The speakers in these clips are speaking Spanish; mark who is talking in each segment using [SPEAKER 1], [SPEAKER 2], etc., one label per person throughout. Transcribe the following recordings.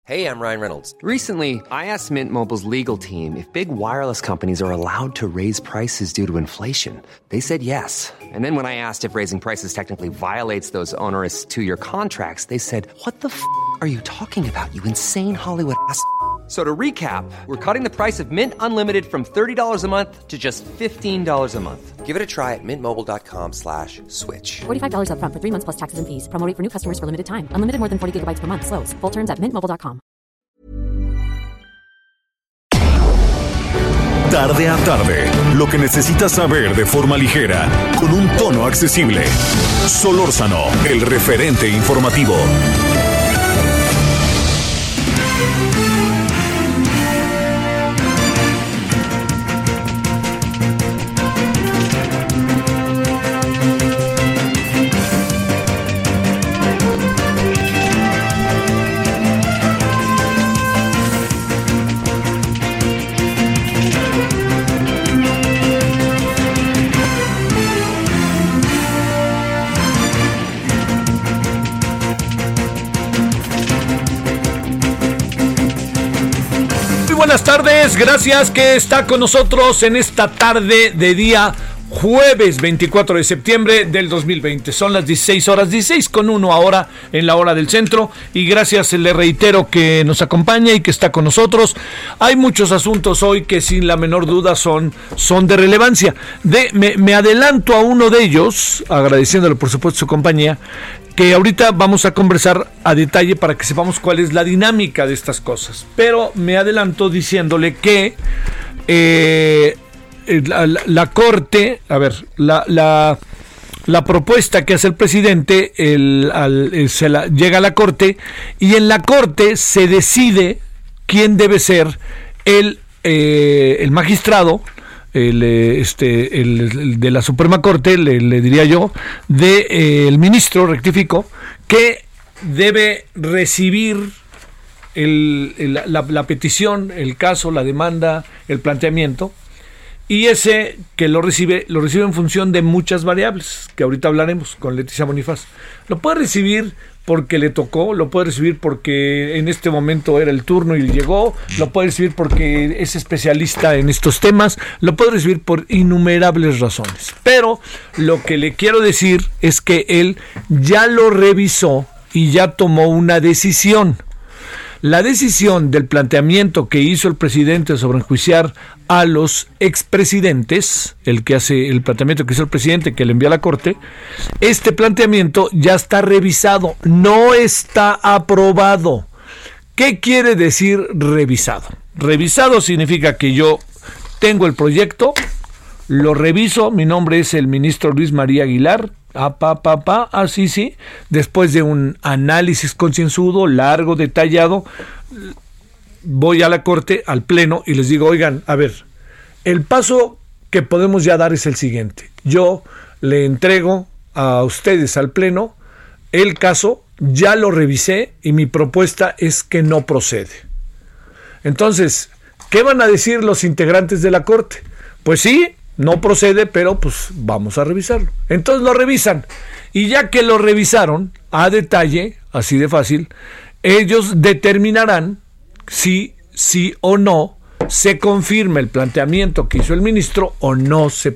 [SPEAKER 1] Hey, I'm Ryan Reynolds.
[SPEAKER 2] Recently, I asked Mint Mobile's legal team if big wireless companies are allowed to raise prices due to inflation. They said yes. And then when I asked if raising prices technically violates those onerous two-year contracts, they said, "What the f*** are you talking about, you insane Hollywood ass?" So to recap, we're cutting the price of Mint Unlimited from $30 a month to just $15 a month.
[SPEAKER 1] Give it a try at mintmobile.com/switch.
[SPEAKER 3] $45 up front for 3 months plus taxes and fees. Promo rate for new customers for limited time. Unlimited more than 40 gigabytes per month. Slows full terms at mintmobile.com.
[SPEAKER 4] Tarde a tarde, lo que necesitas saber de forma ligera, con un tono accesible. Solórzano, el referente informativo.
[SPEAKER 5] Buenas tardes, gracias que está con nosotros en esta tarde de día jueves 24 de septiembre del 2020. Son las 16 horas, 16:01 ahora en la hora del centro, y gracias, le reitero, que nos acompaña y que está con nosotros. Hay muchos asuntos hoy que sin la menor duda son de relevancia. Me adelanto a uno de ellos, agradeciéndole por supuesto su compañía, que ahorita vamos a conversar a detalle para que sepamos cuál es la dinámica de estas cosas. Pero me adelanto diciéndole que la Corte, la propuesta que hace el presidente llega a la Corte, y en la Corte se decide quién debe ser el magistrado, el de la Suprema Corte, le diría yo, el ministro, rectifico, que debe recibir la petición, el caso, la demanda, el planteamiento, y ese que lo recibe en función de muchas variables, que ahorita hablaremos con Leticia Bonifaz. Lo puede recibir porque le tocó, lo puede recibir porque en este momento era el turno y llegó, lo puede recibir porque es especialista en estos temas, lo puede recibir por innumerables razones. Pero lo que le quiero decir es que él ya lo revisó y ya tomó una decisión. La decisión del planteamiento que hizo el presidente sobre enjuiciar a los expresidentes, el planteamiento que hizo el presidente, que le envió a la Corte, este planteamiento ya está revisado, no está aprobado. ¿Qué quiere decir revisado? Revisado significa que yo tengo el proyecto, lo reviso, mi nombre es el ministro Luis María Aguilar, sí. Después de un análisis concienzudo, largo, detallado, voy a la Corte, al Pleno, y les digo, oigan, a ver, el paso que podemos ya dar es el siguiente. Yo le entrego a ustedes, al Pleno, el caso, ya lo revisé y mi propuesta es que no procede. Entonces, ¿qué van a decir los integrantes de la Corte? Pues sí, no procede, pero pues vamos a revisarlo. Entonces lo revisan, y ya que lo revisaron a detalle, así de fácil, ellos determinarán si sí o no se confirma el planteamiento que hizo el ministro o no se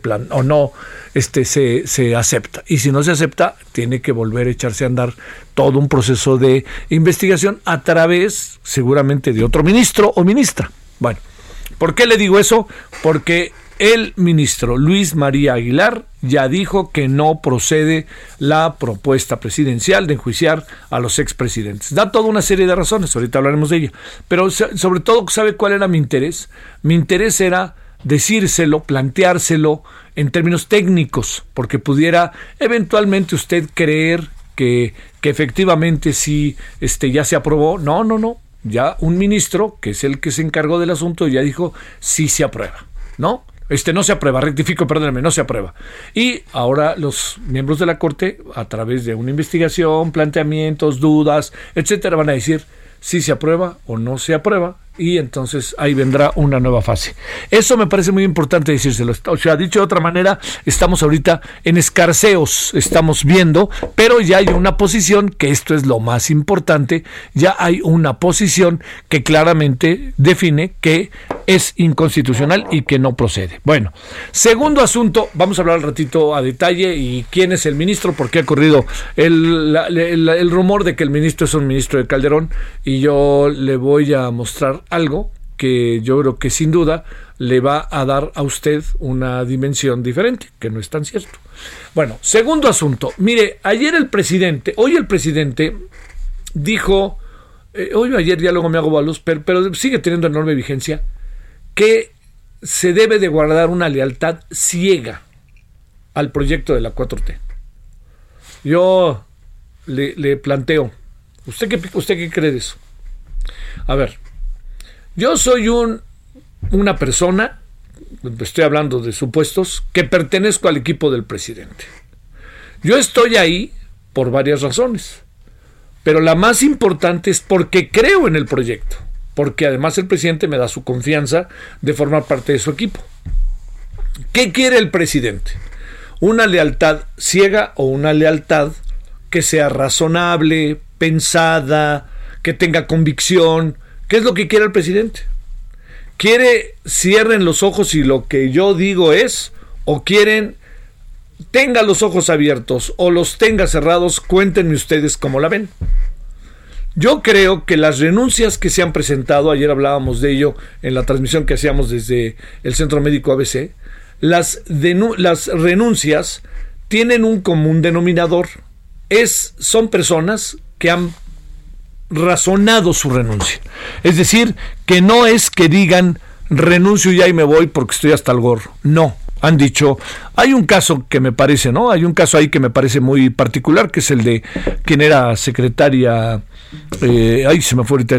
[SPEAKER 5] acepta. Y si no se acepta, tiene que volver a echarse a andar todo un proceso de investigación a través seguramente de otro ministro o ministra. Bueno, ¿por qué le digo eso? Porque el ministro Luis María Aguilar ya dijo que no procede la propuesta presidencial de enjuiciar a los expresidentes. Da toda una serie de razones, ahorita hablaremos de ella. Pero sobre todo, ¿sabe cuál era mi interés? Mi interés era decírselo, planteárselo en términos técnicos, porque pudiera eventualmente usted creer que efectivamente sí ya se aprobó. No. Ya un ministro, que es el que se encargó del asunto, ya dijo sí se aprueba, ¿no? No se aprueba, no se aprueba. Y ahora los miembros de la Corte, a través de una investigación, planteamientos, dudas, etcétera, van a decir si se aprueba o no se aprueba y entonces ahí vendrá una nueva fase. Eso me parece muy importante decírselo. O sea, dicho de otra manera, estamos ahorita en escarceos, estamos viendo, pero ya hay una posición, que esto es lo más importante, ya hay una posición que claramente define que es inconstitucional y que no procede. Bueno, segundo asunto, vamos a hablar al ratito a detalle y quién es el ministro, porque ha corrido el rumor de que el ministro es un ministro de Calderón, y yo le voy a mostrar algo que yo creo que sin duda le va a dar a usted una dimensión diferente, que no es tan cierto. Bueno, segundo asunto, mire, hoy el presidente dijo, hoy o ayer, ya luego me hago balos, pero sigue teniendo enorme vigencia, que se debe de guardar una lealtad ciega al proyecto de la 4T. Yo le planteo, ¿usted qué cree de eso? A ver, yo soy una persona, estoy hablando de supuestos, que pertenezco al equipo del presidente. Yo estoy ahí por varias razones, pero la más importante es porque creo en el proyecto, porque además el presidente me da su confianza de formar parte de su equipo. ¿Qué quiere el presidente? ¿Una lealtad ciega o una lealtad que sea razonable, pensada, que tenga convicción? ¿Qué es lo que quiere el presidente? ¿Quiere cierren los ojos y lo que yo digo es? ¿O quieren tenga los ojos abiertos o los tenga cerrados? Cuéntenme ustedes cómo la ven. Yo creo que las renuncias que se han presentado, ayer hablábamos de ello en la transmisión que hacíamos desde el Centro Médico ABC, las renuncias tienen un común denominador. Son personas que han razonado su renuncia. Es decir, que no es que digan renuncio ya y me voy porque estoy hasta el gorro. No, han dicho, hay un caso que me parece, ¿no? Hay un caso ahí que me parece muy particular, que es el de quien era secretaria, se me fue ahorita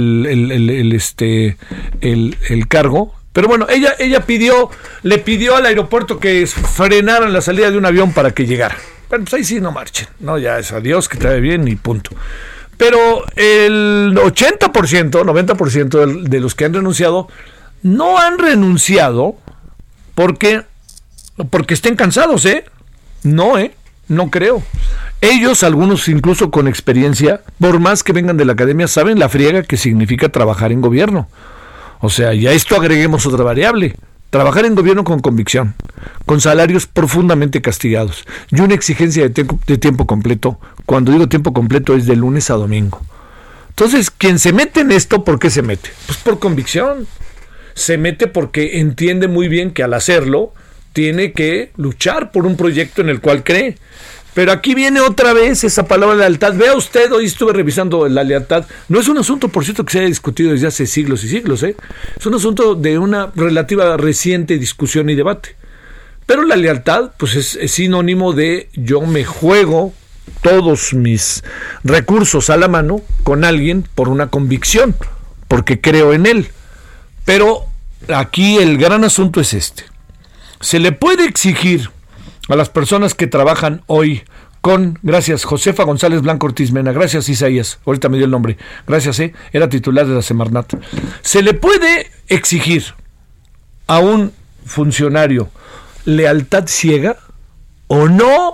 [SPEAKER 5] el cargo. Pero bueno, ella le pidió al aeropuerto que frenaran la salida de un avión para que llegara. Bueno, pues ahí sí no marchen, no, ya es adiós, que te vaya bien y punto. Pero el 80%, 90% de los que han renunciado, no han renunciado porque estén cansados, no creo. Ellos, algunos incluso con experiencia, por más que vengan de la academia, saben la friega que significa trabajar en gobierno. O sea, y a esto agreguemos otra variable: trabajar en gobierno con convicción, con salarios profundamente castigados y una exigencia de tiempo completo. Cuando digo tiempo completo es de lunes a domingo. Entonces, quien se mete en esto, ¿por qué se mete? Pues por convicción. Se mete porque entiende muy bien que al hacerlo tiene que luchar por un proyecto en el cual cree. Pero aquí viene otra vez esa palabra lealtad. Vea usted, hoy estuve revisando la lealtad. No es un asunto, por cierto, que se haya discutido desde hace siglos y siglos, Es un asunto de una relativa reciente discusión y debate. Pero la lealtad, pues es sinónimo de yo me juego todos mis recursos a la mano con alguien por una convicción, porque creo en él. Pero aquí el gran asunto es este. Se le puede exigir a las personas que trabajan hoy gracias, Josefa González Blanco Ortiz Mena, gracias Isaías, ahorita me dio el nombre, gracias, era titular de la Semarnat. Se le puede exigir a un funcionario lealtad ciega o no.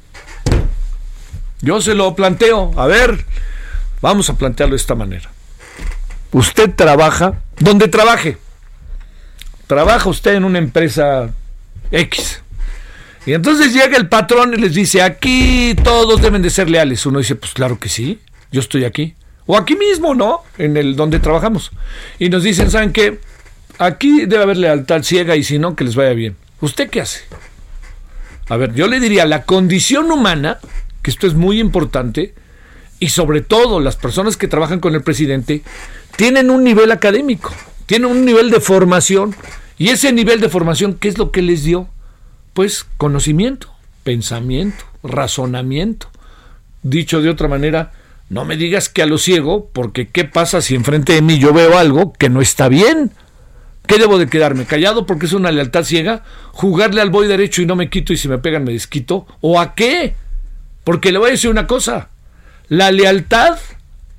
[SPEAKER 5] Yo se lo planteo, a ver, vamos a plantearlo de esta manera. Usted trabaja, donde trabaje, trabaja usted en una empresa X. Y entonces llega el patrón y les dice, aquí todos deben de ser leales. Uno dice, pues claro que sí, yo estoy aquí. O aquí mismo, ¿no? En el donde trabajamos. Y nos dicen, ¿saben qué? Aquí debe haber lealtad ciega y si no, que les vaya bien. ¿Usted qué hace? A ver, yo le diría, la condición humana, que esto es muy importante, y sobre todo las personas que trabajan con el presidente, tienen un nivel académico, tienen un nivel de formación. Y ese nivel de formación, ¿qué es lo que les dio? Pues conocimiento, pensamiento, razonamiento. Dicho de otra manera, no me digas que a lo ciego, porque ¿qué pasa si enfrente de mí yo veo algo que no está bien? ¿Qué debo de quedarme? ¿Callado porque es una lealtad ciega? ¿Jugarle al voy derecho y no me quito y si me pegan me desquito? ¿O a qué? Porque le voy a decir una cosa, la lealtad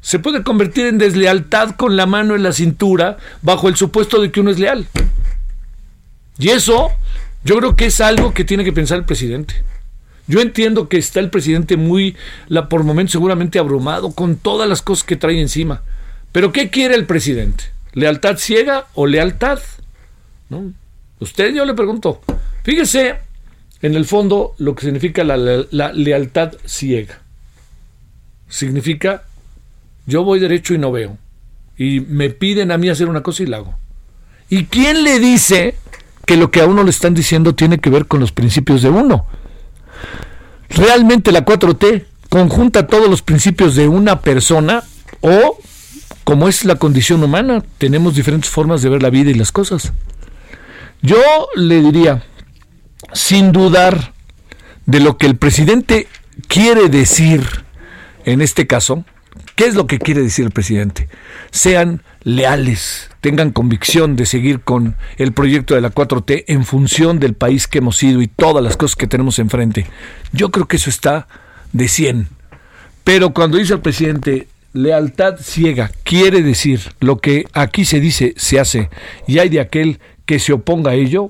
[SPEAKER 5] se puede convertir en deslealtad con la mano en la cintura bajo el supuesto de que uno es leal. Y eso yo creo que es algo que tiene que pensar el presidente. Yo entiendo que está el presidente por momentos seguramente abrumado con todas las cosas que trae encima. Pero ¿qué quiere el presidente? ¿Lealtad ciega o lealtad? ¿No? Usted, yo le pregunto. Fíjese en el fondo lo que significa la lealtad ciega. Significa, yo voy derecho y no veo. Y me piden a mí hacer una cosa y la hago. ¿Y quién le dice que lo que a uno le están diciendo tiene que ver con los principios de uno? ¿Realmente la 4T conjunta todos los principios de una persona o, como es la condición humana, tenemos diferentes formas de ver la vida y las cosas? Yo le diría, sin dudar de lo que el presidente quiere decir en este caso, ¿qué es lo que quiere decir el presidente? Sean leales, tengan convicción de seguir con el proyecto de la 4T en función del país que hemos sido y todas las cosas que tenemos enfrente. Yo creo que eso está de 100. Pero cuando dice el presidente lealtad ciega, quiere decir lo que aquí se dice, se hace, y hay de aquel que se oponga a ello,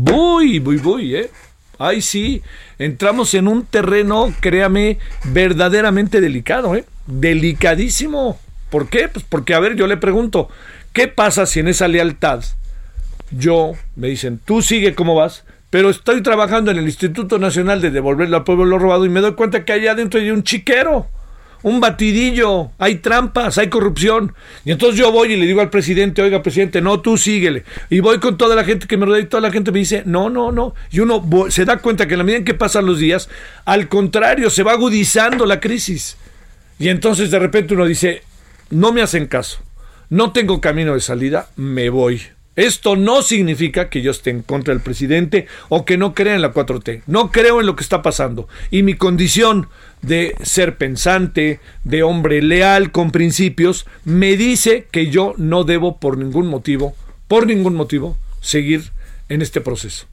[SPEAKER 5] Ahí sí, entramos en un terreno, créame, verdaderamente delicado, delicadísimo. ¿Por qué? Pues porque, a ver, yo le pregunto, ¿qué pasa si en esa lealtad me dicen, tú sigue como vas, pero estoy trabajando en el Instituto Nacional de Devolverle al Pueblo lo Robado y me doy cuenta que allá adentro hay un chiquero, un batidillo, hay trampas, hay corrupción, y entonces yo voy y le digo al presidente, oiga presidente, no, tú síguele, y voy con toda la gente que me rodea y toda la gente me dice, no, y uno se da cuenta que en la medida en que pasan los días, al contrario, se va agudizando la crisis, y entonces de repente uno dice, no me hacen caso, no tengo camino de salida, me voy. Esto no significa que yo esté en contra del presidente o que no crea en la 4T. No creo en lo que está pasando. Y mi condición de ser pensante, de hombre leal, con principios, me dice que yo no debo por ningún motivo, seguir en este proceso.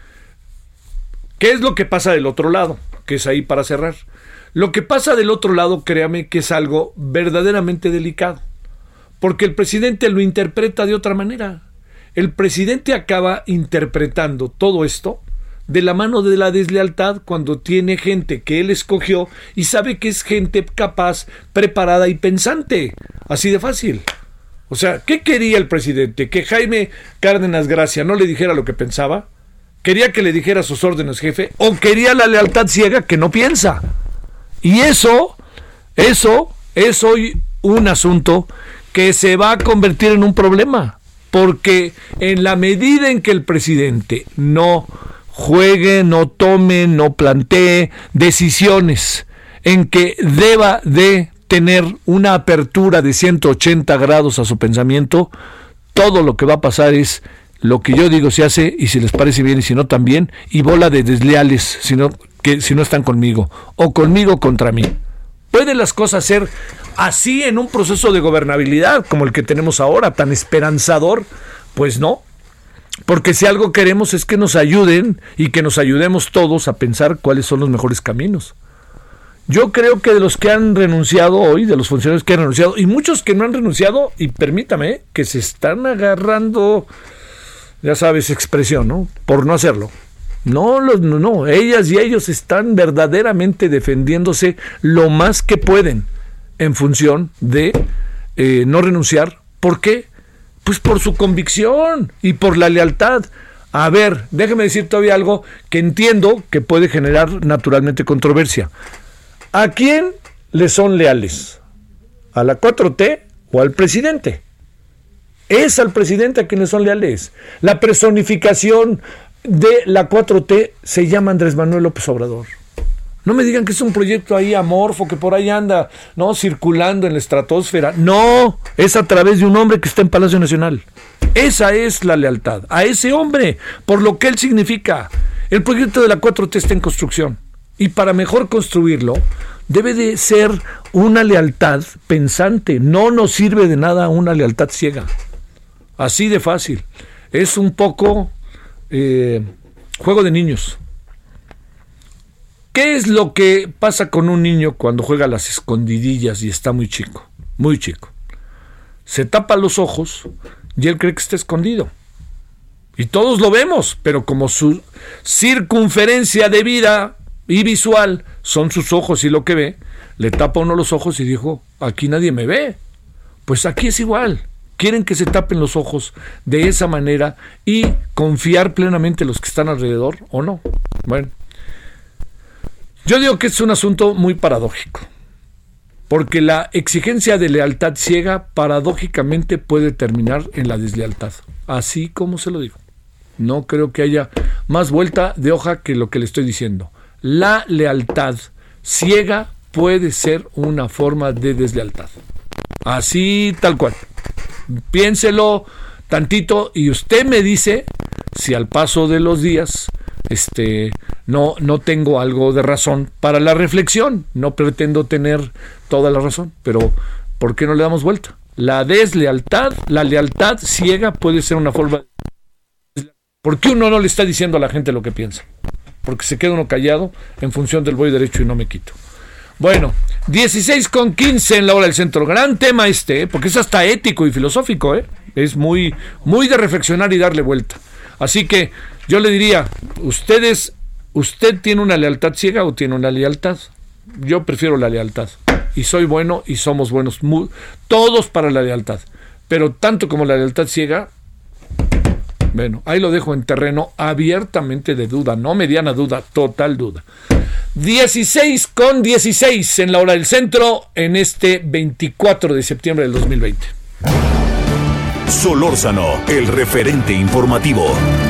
[SPEAKER 5] ¿Qué es lo que pasa del otro lado? Que es ahí para cerrar. Lo que pasa del otro lado, créame que es algo verdaderamente delicado. Porque el presidente lo interpreta de otra manera. El presidente acaba interpretando todo esto de la mano de la deslealtad cuando tiene gente que él escogió y sabe que es gente capaz, preparada y pensante. Así de fácil. O sea, ¿qué quería el presidente? ¿Que Jaime Cárdenas Gracia no le dijera lo que pensaba? ¿Quería que le dijera sus órdenes, jefe? ¿O quería la lealtad ciega que no piensa? Y eso es hoy un asunto que se va a convertir en un problema. Porque en la medida en que el presidente no juegue, no tome, no plantee decisiones en que deba de tener una apertura de 180 grados a su pensamiento, todo lo que va a pasar es lo que yo digo se hace, y si les parece bien y si no también, y bola de desleales si no están conmigo, o conmigo contra mí. ¿Pueden las cosas ser así en un proceso de gobernabilidad como el que tenemos ahora, tan esperanzador? Pues no, porque si algo queremos es que nos ayuden y que nos ayudemos todos a pensar cuáles son los mejores caminos. Yo creo que de los que han renunciado hoy, de los funcionarios que han renunciado, y muchos que no han renunciado, y permítame, que se están ya sabes, expresión, ¿no? Por no hacerlo. No, ellas y ellos están verdaderamente defendiéndose lo más que pueden en función de no renunciar. ¿Por qué? Pues por su convicción y por la lealtad. A ver, déjeme decir todavía algo que entiendo que puede generar naturalmente controversia. ¿A quién le son leales? ¿A la 4T o al presidente? Es al presidente a quien le son leales. La personificación de la 4T se llama Andrés Manuel López Obrador. No me digan que es un proyecto ahí amorfo que por ahí anda, ¿no?, circulando en la estratosfera. No, es a través de un hombre que está en Palacio Nacional. Esa es la lealtad a ese hombre, por lo que él significa. El proyecto de la 4T está en construcción, y para mejor construirlo debe de ser una lealtad pensante. No nos sirve de nada una lealtad ciega. Así de fácil. Es un poco juego de niños. ¿Qué es lo que pasa con un niño cuando juega a las escondidillas y está muy chico? muy chico. Se tapa los ojos y él cree que está escondido. Y todos lo vemos, pero como su circunferencia de vida y visual son sus ojos y lo que ve, le tapa uno los ojos y dijo, aquí nadie me ve. Pues aquí es igual. Quieren que se tapen los ojos de esa manera y confiar plenamente en los que están alrededor, ¿o no? Bueno, yo digo que es un asunto muy paradójico, porque la exigencia de lealtad ciega paradójicamente puede terminar en la deslealtad, así como se lo digo. No creo que haya más vuelta de hoja que lo que le estoy diciendo. La lealtad ciega puede ser una forma de deslealtad. Así tal cual. Piénselo tantito y usted me dice si al paso de los días no tengo algo de razón para la reflexión. No pretendo tener toda la razón, pero ¿por qué no le damos vuelta? La deslealtad, la lealtad ciega puede ser una forma. ¿Por qué uno no le está diciendo a la gente lo que piensa? Porque se queda uno callado en función del voy derecho y no me quito. Bueno, 16:15 en la hora del centro. Gran tema porque es hasta ético y filosófico, Es muy, muy de reflexionar y darle vuelta. Así que yo le diría, ¿usted tiene una lealtad ciega o tiene una lealtad? Yo prefiero la lealtad. Y soy bueno y somos buenos. Todos para la lealtad. Pero tanto como la lealtad ciega, bueno, ahí lo dejo en terreno abiertamente de duda, no mediana duda, total duda. 16:16 en la hora del centro en este 24 de septiembre del 2020.
[SPEAKER 4] Solórzano, el referente informativo.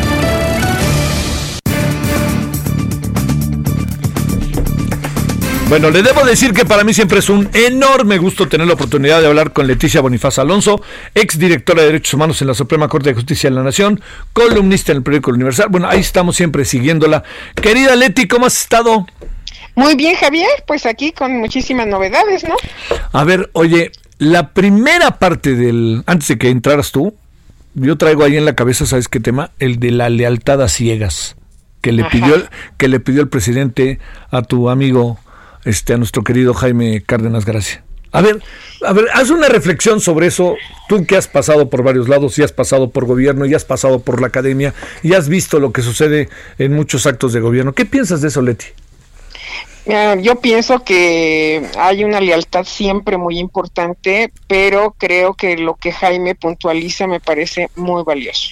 [SPEAKER 5] Bueno, le debo decir que para mí siempre es un enorme gusto tener la oportunidad de hablar con Leticia Bonifaz Alonso, exdirectora de Derechos Humanos en la Suprema Corte de Justicia de la Nación, columnista en el periódico Universal. Bueno, ahí estamos siempre siguiéndola. Querida Leti, ¿cómo has estado?
[SPEAKER 6] Muy bien, Javier, pues aquí con muchísimas novedades, ¿no?
[SPEAKER 5] A ver, oye, la primera parte antes de que entraras tú, yo traigo ahí en la cabeza, ¿sabes qué tema? El de la lealtad a ciegas, que le pidió el presidente a tu amigo, a nuestro querido Jaime Cárdenas Gracia. A ver, haz una reflexión sobre eso, tú que has pasado por varios lados, y has pasado por gobierno, y has pasado por la academia, y has visto lo que sucede en muchos actos de gobierno. ¿Qué piensas de eso, Leti?
[SPEAKER 6] Yo pienso que hay una lealtad siempre muy importante, pero creo que lo que Jaime puntualiza me parece muy valioso,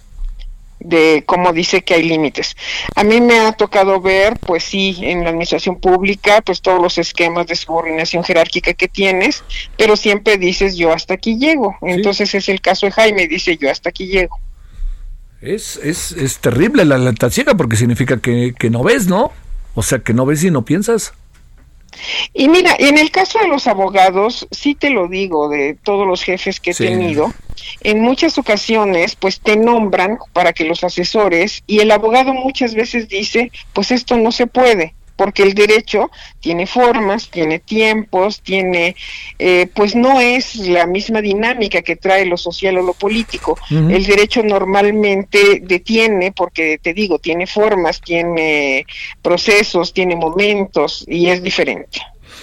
[SPEAKER 6] de cómo dice que hay límites. A mí me ha tocado ver, pues sí, en la administración pública, pues todos los esquemas de subordinación jerárquica que tienes, pero siempre dices yo hasta aquí llego. Entonces es el caso de Jaime, dice yo hasta aquí llego.
[SPEAKER 5] Es terrible la lealtad ciega porque significa que no ves, ¿no? O sea, que no ves y no piensas.
[SPEAKER 6] Y mira, en el caso de los abogados, sí te lo digo, de todos los jefes que he tenido, en muchas ocasiones pues te nombran para que los asesores, y el abogado muchas veces dice, pues esto no se puede, porque el derecho tiene formas, tiene tiempos, pues no es la misma dinámica que trae lo social o lo político. Uh-huh. El derecho normalmente detiene, porque te digo, tiene formas, tiene procesos, tiene momentos, y es diferente.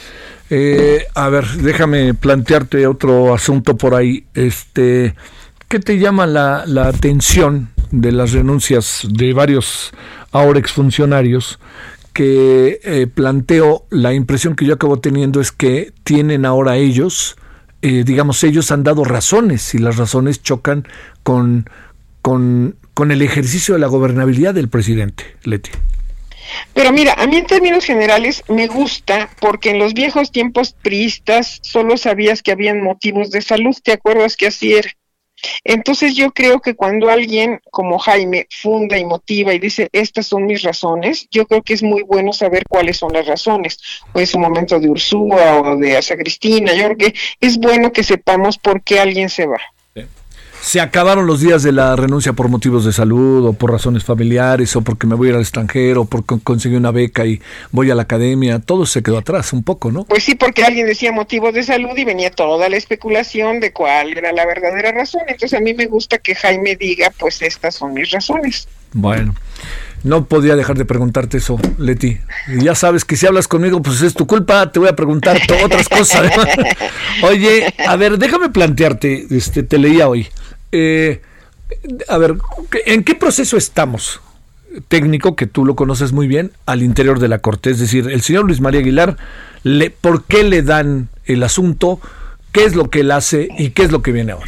[SPEAKER 5] A ver, déjame plantearte otro asunto por ahí. ¿Qué te llama la atención de las renuncias de varios ahora exfuncionarios? Que planteo, la impresión que yo acabo teniendo es que tienen ahora ellos han dado razones, y las razones chocan con el ejercicio de la gobernabilidad del presidente, Leti.
[SPEAKER 6] Pero mira, a mí en términos generales me gusta, porque en los viejos tiempos priistas solo sabías que habían motivos de salud, ¿te acuerdas que así era? Entonces yo creo que cuando alguien como Jaime funda y motiva y dice, estas son mis razones, yo creo que es muy bueno saber cuáles son las razones. O es un momento de Ursúa o de Asa Cristina, yo creo que es bueno que sepamos por qué alguien se va.
[SPEAKER 5] Se acabaron los días de la renuncia por motivos de salud, o por razones familiares, o porque me voy a ir al extranjero, o porque conseguí una beca y voy a la academia. Todo se quedó atrás un poco, ¿no?
[SPEAKER 6] Pues sí, porque alguien decía motivos de salud y venía toda la especulación de cuál era la verdadera razón. Entonces a mí me gusta que Jaime diga, pues estas son mis razones.
[SPEAKER 5] Bueno, No podía dejar de preguntarte eso, Leti. Y ya sabes que si hablas conmigo, pues es tu culpa, te voy a preguntar otras cosas. Oye, a ver, déjame plantearte, te leía hoy. A ver, ¿en qué proceso estamos? Técnico, que tú lo conoces muy bien, al interior de la Corte. Es decir, el señor Luis María Aguilar, ¿por qué le dan el asunto? ¿Qué es lo que él hace y qué es lo que viene ahora?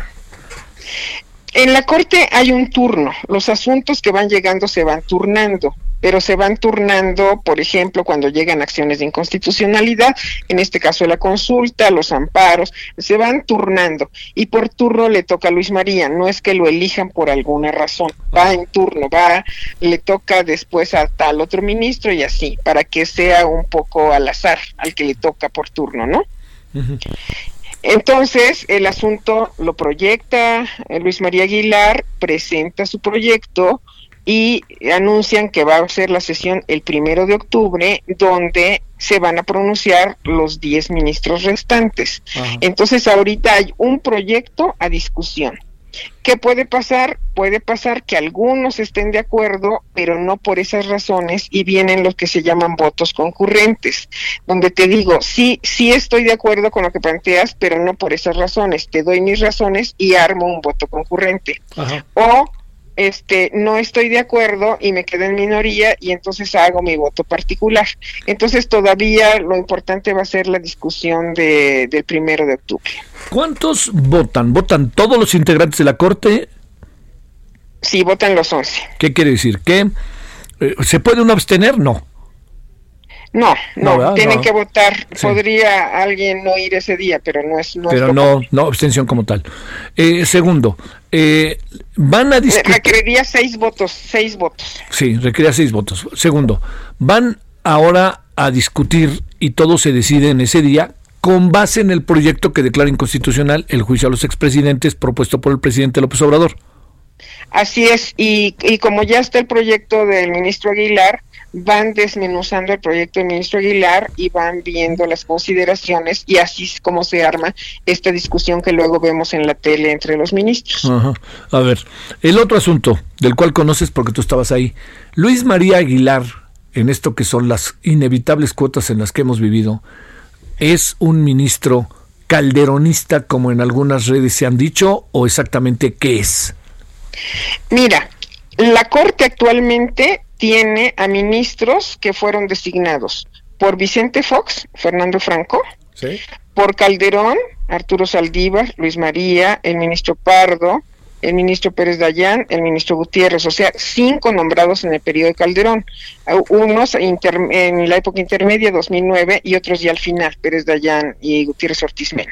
[SPEAKER 6] En la Corte hay un turno. Los asuntos que van llegando se van turnando, pero se van turnando, por ejemplo, cuando llegan acciones de inconstitucionalidad, en este caso la consulta, los amparos, se van turnando, y por turno le toca a Luis María, no es que lo elijan por alguna razón, va en turno, le toca después a tal otro ministro y así, para que sea un poco al azar al que le toca por turno, ¿no? Uh-huh. Entonces, el asunto lo proyecta Luis María Aguilar, presenta su proyecto y anuncian que va a ser la sesión el 1 de octubre, donde se van a pronunciar los 10 ministros restantes. Ajá. Entonces, ahorita hay un proyecto a discusión. ¿Qué puede pasar? Puede pasar que algunos estén de acuerdo, pero no por esas razones, y vienen los que se llaman votos concurrentes, donde te digo, sí estoy de acuerdo con lo que planteas, pero no por esas razones, te doy mis razones y armo un voto concurrente. Ajá. O no estoy de acuerdo y me quedo en minoría y entonces hago mi voto particular. Entonces todavía lo importante va a ser la discusión del 1 de octubre.
[SPEAKER 5] ¿Cuántos votan? ¿Votan todos los integrantes de la Corte?
[SPEAKER 6] Sí, votan los 11.
[SPEAKER 5] ¿Qué quiere decir? ¿Que se puede uno abstener? No.
[SPEAKER 6] No, tienen que votar. Sí. Podría alguien no ir ese día, pero no es.
[SPEAKER 5] Pero no abstención como tal. Segundo, van a discutir.
[SPEAKER 6] Requeriría 6 votos.
[SPEAKER 5] Sí, requeriría 6 votos. Segundo, van ahora a discutir y todo se decide en ese día con base en el proyecto que declara inconstitucional el juicio a los expresidentes propuesto por el presidente López Obrador.
[SPEAKER 6] Así es, y como ya está el proyecto del ministro Aguilar, van desmenuzando el proyecto del ministro Aguilar y van viendo las consideraciones, y así es como se arma esta discusión que luego vemos en la tele entre los ministros.
[SPEAKER 5] Ajá. A ver, el otro asunto del cual conoces porque tú estabas ahí, Luis María Aguilar, en esto que son las inevitables cuotas en las que hemos vivido, ¿es un ministro calderonista como en algunas redes se han dicho o exactamente qué es?
[SPEAKER 6] Mira, la Corte actualmente tiene a ministros que fueron designados por Vicente Fox, Fernando Franco, ¿sí?, por Calderón, Arturo Saldívar, Luis María, el ministro Pardo, el ministro Pérez Dayán, el ministro Gutiérrez, o sea, 5 nombrados en el periodo de Calderón, unos en la época intermedia, 2009, y otros ya al final, Pérez Dayán y Gutiérrez Ortiz Mena.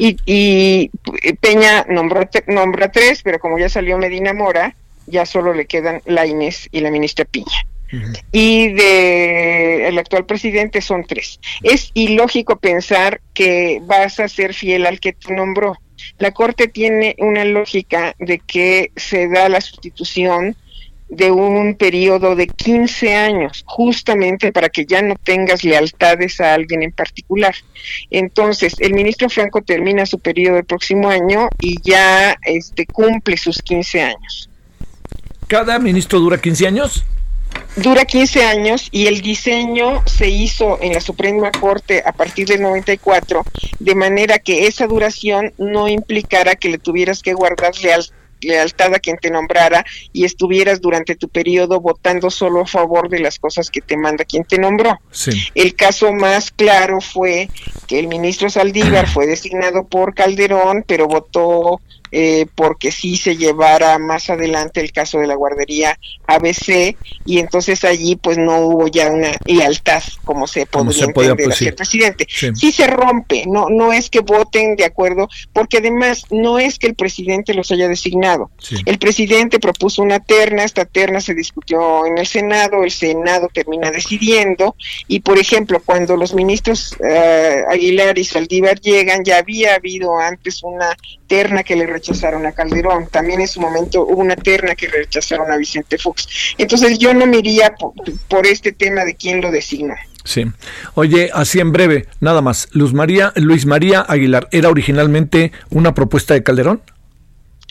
[SPEAKER 6] Y Peña nombra 3, pero como ya salió Medina Mora, ya solo le quedan Lainez y la ministra Piña. Uh-huh. Y el actual presidente son 3. Es ilógico pensar que vas a ser fiel al que te nombró. La Corte tiene una lógica de que se da la sustitución de un periodo de 15 años, justamente para que ya no tengas lealtades a alguien en particular. Entonces, el ministro Franco termina su periodo el próximo año y ya cumple sus 15 años.
[SPEAKER 5] ¿Cada ministro dura 15 años?
[SPEAKER 6] Dura 15 años y el diseño se hizo en la Suprema Corte a partir del 94, de manera que esa duración no implicara que le tuvieras que guardar lealtad a quien te nombrara y estuvieras durante tu periodo votando solo a favor de las cosas que te manda quien te nombró. Sí. El caso más claro fue que el ministro Saldívar fue designado por Calderón, pero votó porque sí se llevara más adelante el caso de la guardería ABC, y entonces allí pues no hubo ya una lealtad como se podía entender hacia el presidente. Sí se rompe, no es que voten de acuerdo, porque además no es que el presidente los haya designado. Sí. El presidente propuso una terna, esta terna se discutió en el Senado termina decidiendo, y por ejemplo cuando los ministros Aguilar y Saldívar llegan, ya había habido antes una terna que le rechazaron a Calderón, también en su momento hubo una terna que rechazaron a Vicente Fox. Entonces yo no me iría por este tema de quién lo designó.
[SPEAKER 5] Sí. Oye, así en breve, nada más, Luis María Aguilar, ¿era originalmente una propuesta de Calderón?
[SPEAKER 6] Sí,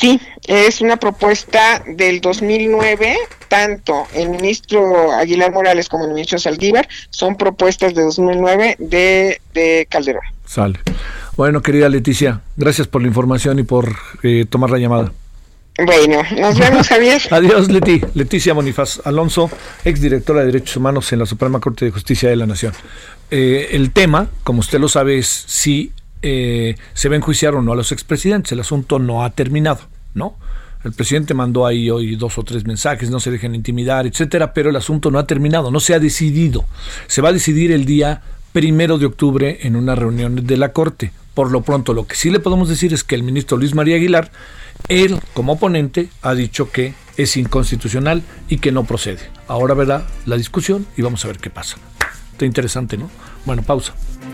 [SPEAKER 6] Sí, es una propuesta del 2009, tanto el ministro Aguilar Morales como el ministro Saldívar son propuestas de 2009 de Calderón.
[SPEAKER 5] Sale. Bueno, querida Leticia, gracias por la información y por tomar la llamada.
[SPEAKER 6] Bueno, nos vemos, Javier.
[SPEAKER 5] Adiós, Leti. Leticia Bonifaz Alonso, exdirectora de Derechos Humanos en la Suprema Corte de Justicia de la Nación. El tema, como usted lo sabe, es si se va a enjuiciar o no a los expresidentes. El asunto no ha terminado, ¿no? El presidente mandó ahí hoy 2 o 3 mensajes, no se dejen intimidar, etcétera, pero el asunto no ha terminado, no se ha decidido. Se va a decidir el día 1 de octubre en una reunión de la Corte. Por lo pronto, lo que sí le podemos decir es que el ministro Luis María Aguilar, él como oponente, ha dicho que es inconstitucional y que no procede. Ahora verá la discusión y vamos a ver qué pasa. Está interesante, ¿no? Bueno, pausa.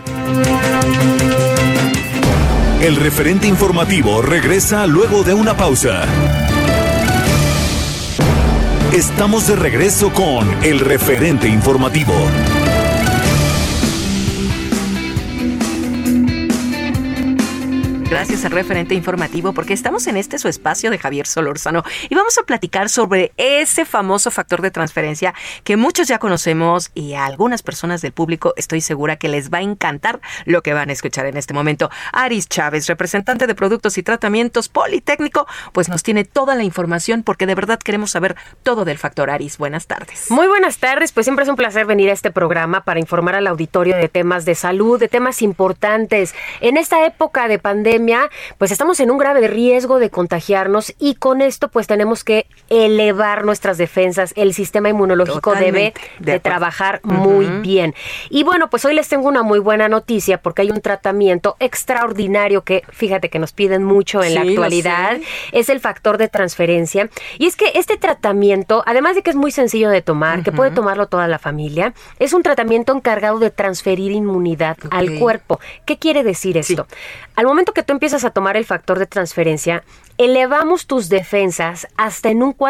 [SPEAKER 4] El referente informativo regresa luego de una pausa. Estamos de regreso con el referente informativo.
[SPEAKER 7] Gracias al referente informativo, porque estamos en su espacio de Javier Solórzano y vamos a platicar sobre ese famoso factor de transferencia que muchos ya conocemos y a algunas personas del público estoy segura que les va a encantar lo que van a escuchar en este momento. Aris Chávez, representante de Productos y Tratamientos Politécnico, pues nos tiene toda la información porque de verdad queremos saber todo del factor. Aris, buenas tardes.
[SPEAKER 8] Muy buenas tardes, pues siempre es un placer venir a este programa para informar al auditorio de temas de salud, de temas importantes. En esta época de pandemia, pues estamos en un grave riesgo de contagiarnos y con esto pues tenemos que elevar nuestras defensas. El sistema inmunológico debe de trabajar muy bien. Y bueno, pues hoy les tengo una muy buena noticia porque hay un tratamiento extraordinario que fíjate que nos piden mucho en la actualidad. Es el factor de transferencia. Y es que este tratamiento, además de que es muy sencillo de tomar, que puede tomarlo toda la familia, es un tratamiento encargado de transferir inmunidad al cuerpo. ¿Qué quiere decir esto? Al momento que tú empiezas a tomar el factor de transferencia, elevamos tus defensas hasta en un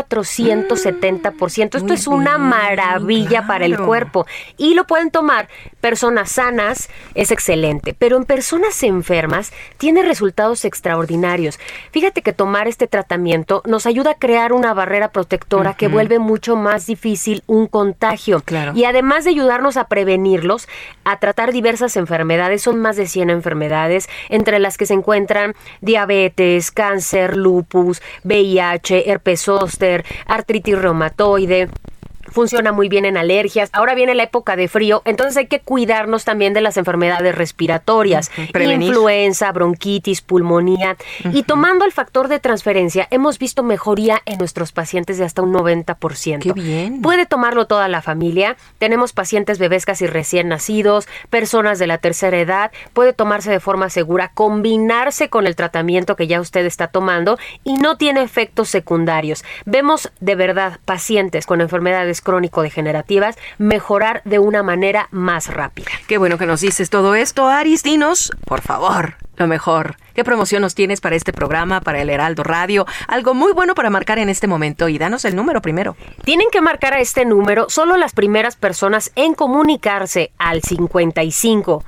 [SPEAKER 8] 470%. Esto es una maravilla para el cuerpo y lo pueden tomar personas sanas, es excelente, pero en personas enfermas tiene resultados extraordinarios. Fíjate que tomar este tratamiento nos ayuda a crear una barrera protectora que vuelve mucho más difícil un contagio. Y además de ayudarnos a prevenirlos, a tratar diversas enfermedades, son más de 100 enfermedades, entre las que se encuentran diabetes, cáncer, lupus, VIH, herpes zóster, artritis reumatoide. Funciona muy bien en alergias. Ahora viene la época de frío, entonces hay que cuidarnos también de las enfermedades respiratorias, influenza, bronquitis, pulmonía. Y tomando el factor de transferencia, hemos visto mejoría en nuestros pacientes de hasta un 90%. ¡Qué bien! Puede tomarlo toda la familia. Tenemos pacientes bebés casi recién nacidos, personas de la tercera edad. Puede tomarse de forma segura, combinarse con el tratamiento que ya usted está tomando y no tiene efectos secundarios. Vemos de verdad pacientes con enfermedades crónico-degenerativas mejorar de una manera más rápida.
[SPEAKER 7] Qué bueno que nos dices todo esto, Aris. Dinos, por favor, lo mejor. ¿Qué promoción nos tienes para este programa, para el Heraldo Radio? Algo muy bueno para marcar en este momento y danos el número primero.
[SPEAKER 8] Tienen que marcar a este número solo las primeras personas en comunicarse al 55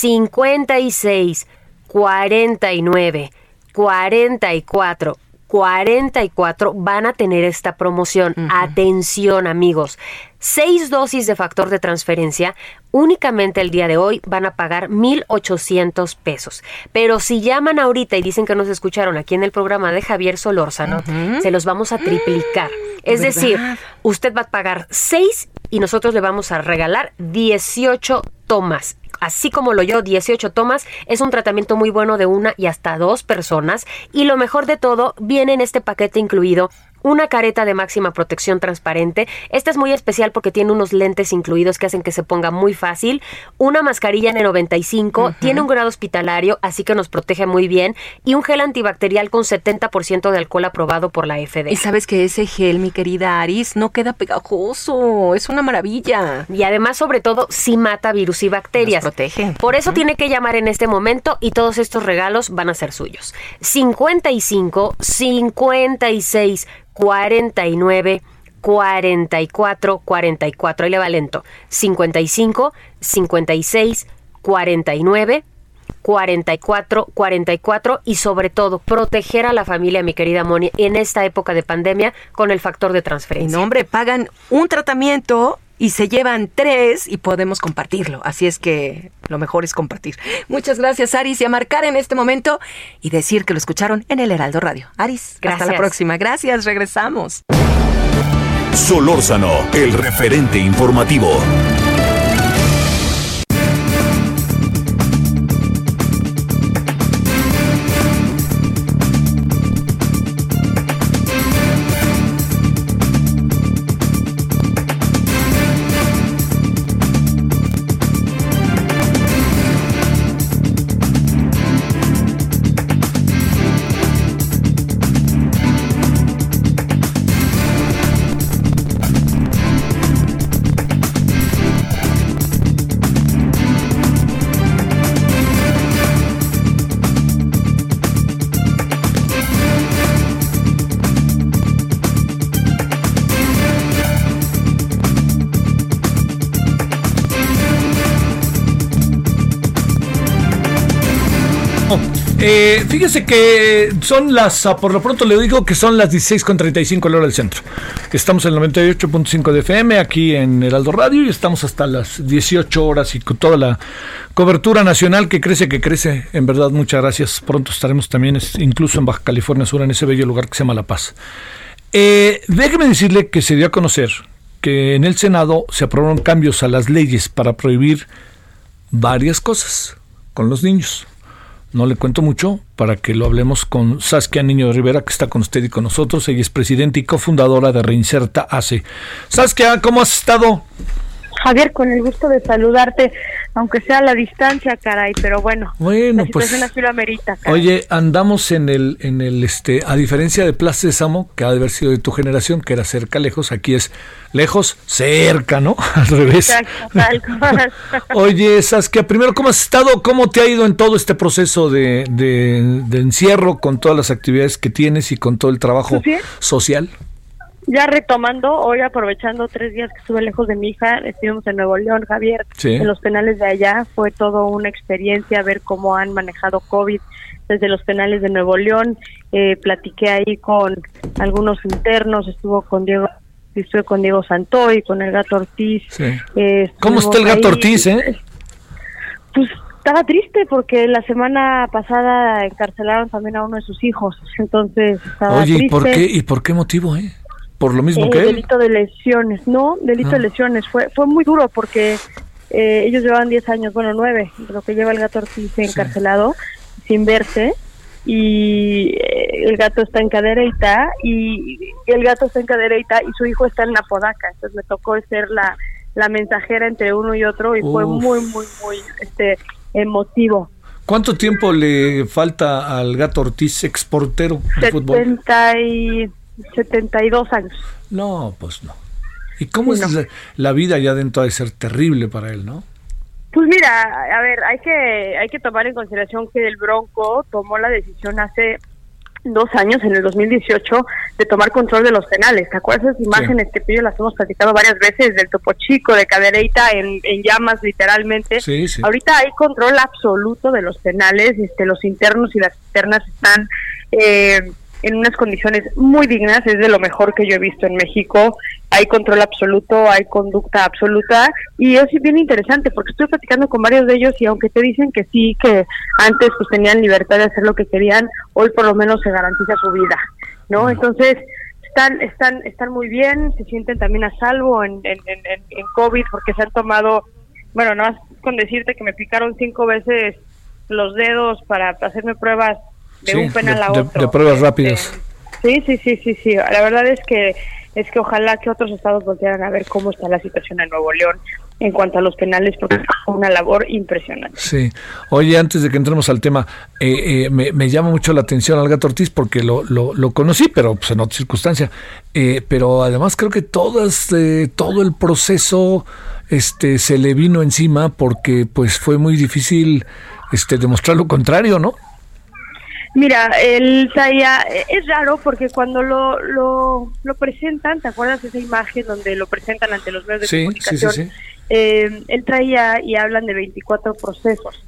[SPEAKER 8] 56 49 44 van a tener esta promoción. Atención, amigos. 6 dosis de factor de transferencia únicamente el día de hoy van a pagar 1,800 pesos. Pero si llaman ahorita y dicen que nos escucharon aquí en el programa de Javier Solórzano, se los vamos a triplicar. Es decir, usted va a pagar 6 y nosotros le vamos a regalar 18 tomas. Así como lo oyó, 18 tomas. Es un tratamiento muy bueno de 1 y hasta 2 personas. Y lo mejor de todo, viene en este paquete incluido una careta de máxima protección transparente. Esta es muy especial porque tiene unos lentes incluidos que hacen que se ponga muy fácil. Una mascarilla N95, tiene un grado hospitalario, así que nos protege muy bien. Y un gel antibacterial con 70% de alcohol aprobado por la FDA.
[SPEAKER 7] Y sabes que ese gel, mi querida Aris, no queda pegajoso. Es una maravilla.
[SPEAKER 8] Y además, sobre todo, sí mata virus y bacterias.
[SPEAKER 7] Nos protege.
[SPEAKER 8] Por eso tiene que llamar en este momento y todos estos regalos van a ser suyos. 55 56 49 44 44. Ahí le va lento. 55 56 49 4444 y sobre todo proteger a la familia, mi querida Moni, en esta época de pandemia con el factor de transferencia.
[SPEAKER 7] No, hombre, pagan un tratamiento y se llevan 3 y podemos compartirlo. Así es que lo mejor es compartir. Muchas gracias, Aris, y a marcar en este momento y decir que lo escucharon en el Heraldo Radio. Aris,
[SPEAKER 8] gracias.
[SPEAKER 7] Hasta la próxima. Gracias, regresamos.
[SPEAKER 4] Solórzano, el referente informativo.
[SPEAKER 5] Fíjese que son por lo pronto le digo que son las 16:35 la hora del centro. Estamos en el 98.5 de FM aquí en Heraldo Radio y estamos hasta las 18 horas y con toda la cobertura nacional que crece. En verdad, muchas gracias. Pronto estaremos también incluso en Baja California Sur, en ese bello lugar que se llama La Paz. Déjeme decirle que se dio a conocer que en el Senado se aprobaron cambios a las leyes para prohibir varias cosas con los niños. No le cuento mucho para que lo hablemos con Saskia Niño de Rivera, que está con usted y con nosotros. Ella es presidenta y cofundadora de Reinserta AC. Saskia, ¿cómo has estado?
[SPEAKER 9] Javier, con el gusto de saludarte, aunque sea a la distancia, caray, pero bueno, la situación así lo amerita, caray.
[SPEAKER 5] Oye, andamos en el a diferencia de Plaza Sésamo, que ha de haber sido de tu generación, que era cerca, lejos, aquí es lejos, cerca, ¿no? Al revés.
[SPEAKER 9] Exacto, tal cual.
[SPEAKER 5] Oye, Saskia, primero, ¿cómo has estado? ¿Cómo te ha ido en todo este proceso de encierro, con todas las actividades que tienes y con todo el trabajo social?
[SPEAKER 9] Ya retomando, hoy aprovechando 3 días que estuve lejos de mi hija, estuvimos en Nuevo León, Javier, en los penales de allá, fue todo una experiencia ver cómo han manejado COVID desde los penales de Nuevo León. Platiqué ahí con algunos internos, estuve con Diego Santoy, con el Gato Ortiz.
[SPEAKER 5] Sí. ¿Cómo está el Gato Ortiz,
[SPEAKER 9] Pues estaba triste porque la semana pasada encarcelaron también a uno de sus hijos, entonces estaba triste.
[SPEAKER 5] ¿Y por qué motivo, ¿Por lo mismo que él?
[SPEAKER 9] Delito de lesiones, de lesiones. Fue muy duro porque ellos llevaban 10 años, 9, lo que lleva el Gato Ortiz encarcelado, sin verse, y el gato está en Cadereyta, y su hijo está en Apodaca, entonces me tocó ser la mensajera entre uno y otro, y fue muy, muy, muy emotivo.
[SPEAKER 5] ¿Cuánto tiempo le falta al Gato Ortiz, exportero de fútbol?
[SPEAKER 9] 72 años.
[SPEAKER 5] No, pues no. ¿Y cómo es la vida allá dentro? Ha de ser terrible para él, ¿no?
[SPEAKER 9] Pues mira, a ver, hay que tomar en consideración que el Bronco tomó la decisión hace 2 años, en el 2018, de tomar control de los penales. ¿Te acuerdas de esas imágenes que tú y yo las hemos platicado varias veces, del Topo Chico, de Cadereyta en llamas, literalmente?
[SPEAKER 5] Sí.
[SPEAKER 9] Ahorita hay control absoluto de los penales, los internos y las externas están en unas condiciones muy dignas, es de lo mejor que yo he visto en México. Hay control absoluto, hay conducta absoluta, y es bien interesante porque estoy platicando con varios de ellos, y aunque te dicen que sí, que antes pues tenían libertad de hacer lo que querían, hoy por lo menos se garantiza su vida, ¿no? Entonces están muy bien, se sienten también a salvo en COVID, porque se han tomado, no más con decirte que me picaron 5 veces los dedos para hacerme pruebas de un penal a otro. De pruebas rápidas. Sí. La verdad es que ojalá que otros estados voltearan a ver cómo está la situación en Nuevo León en cuanto a los penales, porque es una labor impresionante.
[SPEAKER 5] Sí. Oye, antes de que entremos al tema, me llama mucho la atención al Gato Ortiz porque lo conocí, pero pues en otra circunstancia. Pero además creo que todo el proceso se le vino encima porque pues fue muy difícil demostrar lo contrario, ¿no?
[SPEAKER 9] Mira, él traía, es raro porque cuando lo presentan, ¿te acuerdas de esa imagen donde lo presentan ante los medios de comunicación? Sí. Él traía, y hablan de 24 procesos,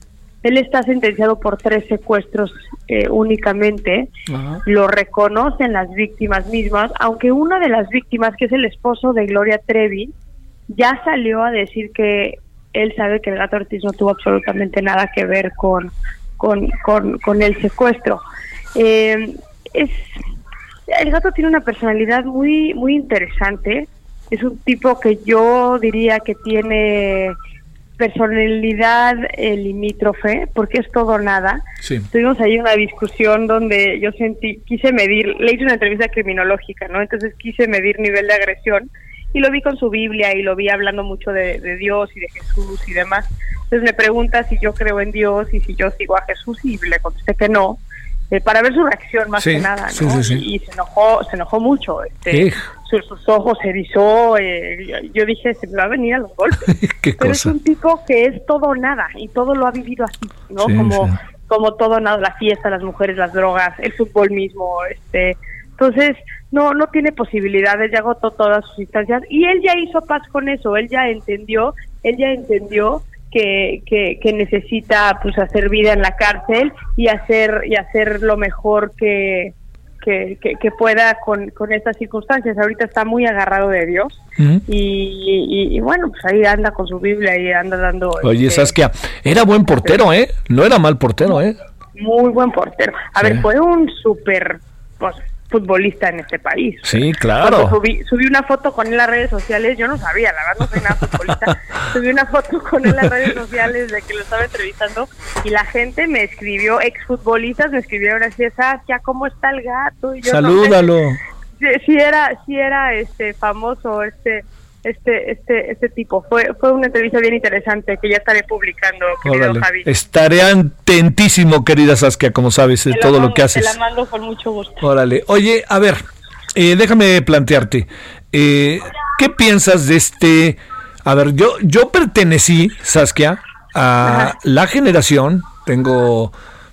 [SPEAKER 9] Él está sentenciado por 3 secuestros únicamente.
[SPEAKER 5] Ajá.
[SPEAKER 9] Lo reconocen las víctimas mismas, aunque una de las víctimas, que es el esposo de Gloria Trevi, ya salió a decir que él sabe que el Gato Ortiz no tuvo absolutamente nada que ver con el secuestro. El Gato tiene una personalidad muy muy interesante. Es un tipo que yo diría que tiene personalidad limítrofe, porque es todo o nada.
[SPEAKER 5] Sí.
[SPEAKER 9] Tuvimos ahí una discusión donde yo quise medir, le hice una entrevista criminológica, ¿no? Entonces quise medir nivel de agresión y lo vi con su Biblia y lo vi hablando mucho de Dios y de Jesús y demás. Entonces me pregunta si yo creo en Dios y si yo sigo a Jesús, y le contesté que no, para ver su reacción más que nada, ¿no?
[SPEAKER 5] Sí.
[SPEAKER 9] Y se enojó mucho, sus ojos se erizó, yo dije, se me va a venir a los golpes. Pero es un tipo que es todo o nada y todo lo ha vivido así, ¿no? Como todo o nada, la fiesta, las mujeres, las drogas, el fútbol mismo, entonces no tiene posibilidades, ya agotó todas sus instancias y él ya hizo paz con eso, él ya entendió que necesita pues hacer vida en la cárcel y hacer lo mejor que pueda con estas circunstancias. Ahorita está muy agarrado de Dios. Y bueno, pues ahí anda con su Biblia y anda dando...
[SPEAKER 5] Oye, Saskia, era buen portero, no era mal portero,
[SPEAKER 9] Muy buen portero. A ver, fue un súper futbolista en este país.
[SPEAKER 5] Sí, claro.
[SPEAKER 9] Subí una foto con él en las redes sociales, yo no sabía, la verdad no soy nada futbolista, subí una foto con él en las redes sociales de que lo estaba entrevistando y la gente me escribió, exfutbolistas me escribieron así, Saskia, ¿cómo está el gato? Y yo,
[SPEAKER 5] salúdalo.
[SPEAKER 9] No sé, sí era famoso este tipo. Fue una entrevista bien interesante que ya estaré publicando, querido Javi.
[SPEAKER 5] Estaré atentísimo, querida Saskia, como sabes, de todo lo que haces.
[SPEAKER 9] Te la mando con mucho gusto.
[SPEAKER 5] Órale. Oye, a ver, déjame plantearte, ¿qué piensas de este? A ver, yo pertenecí, Saskia, a la generación, tengo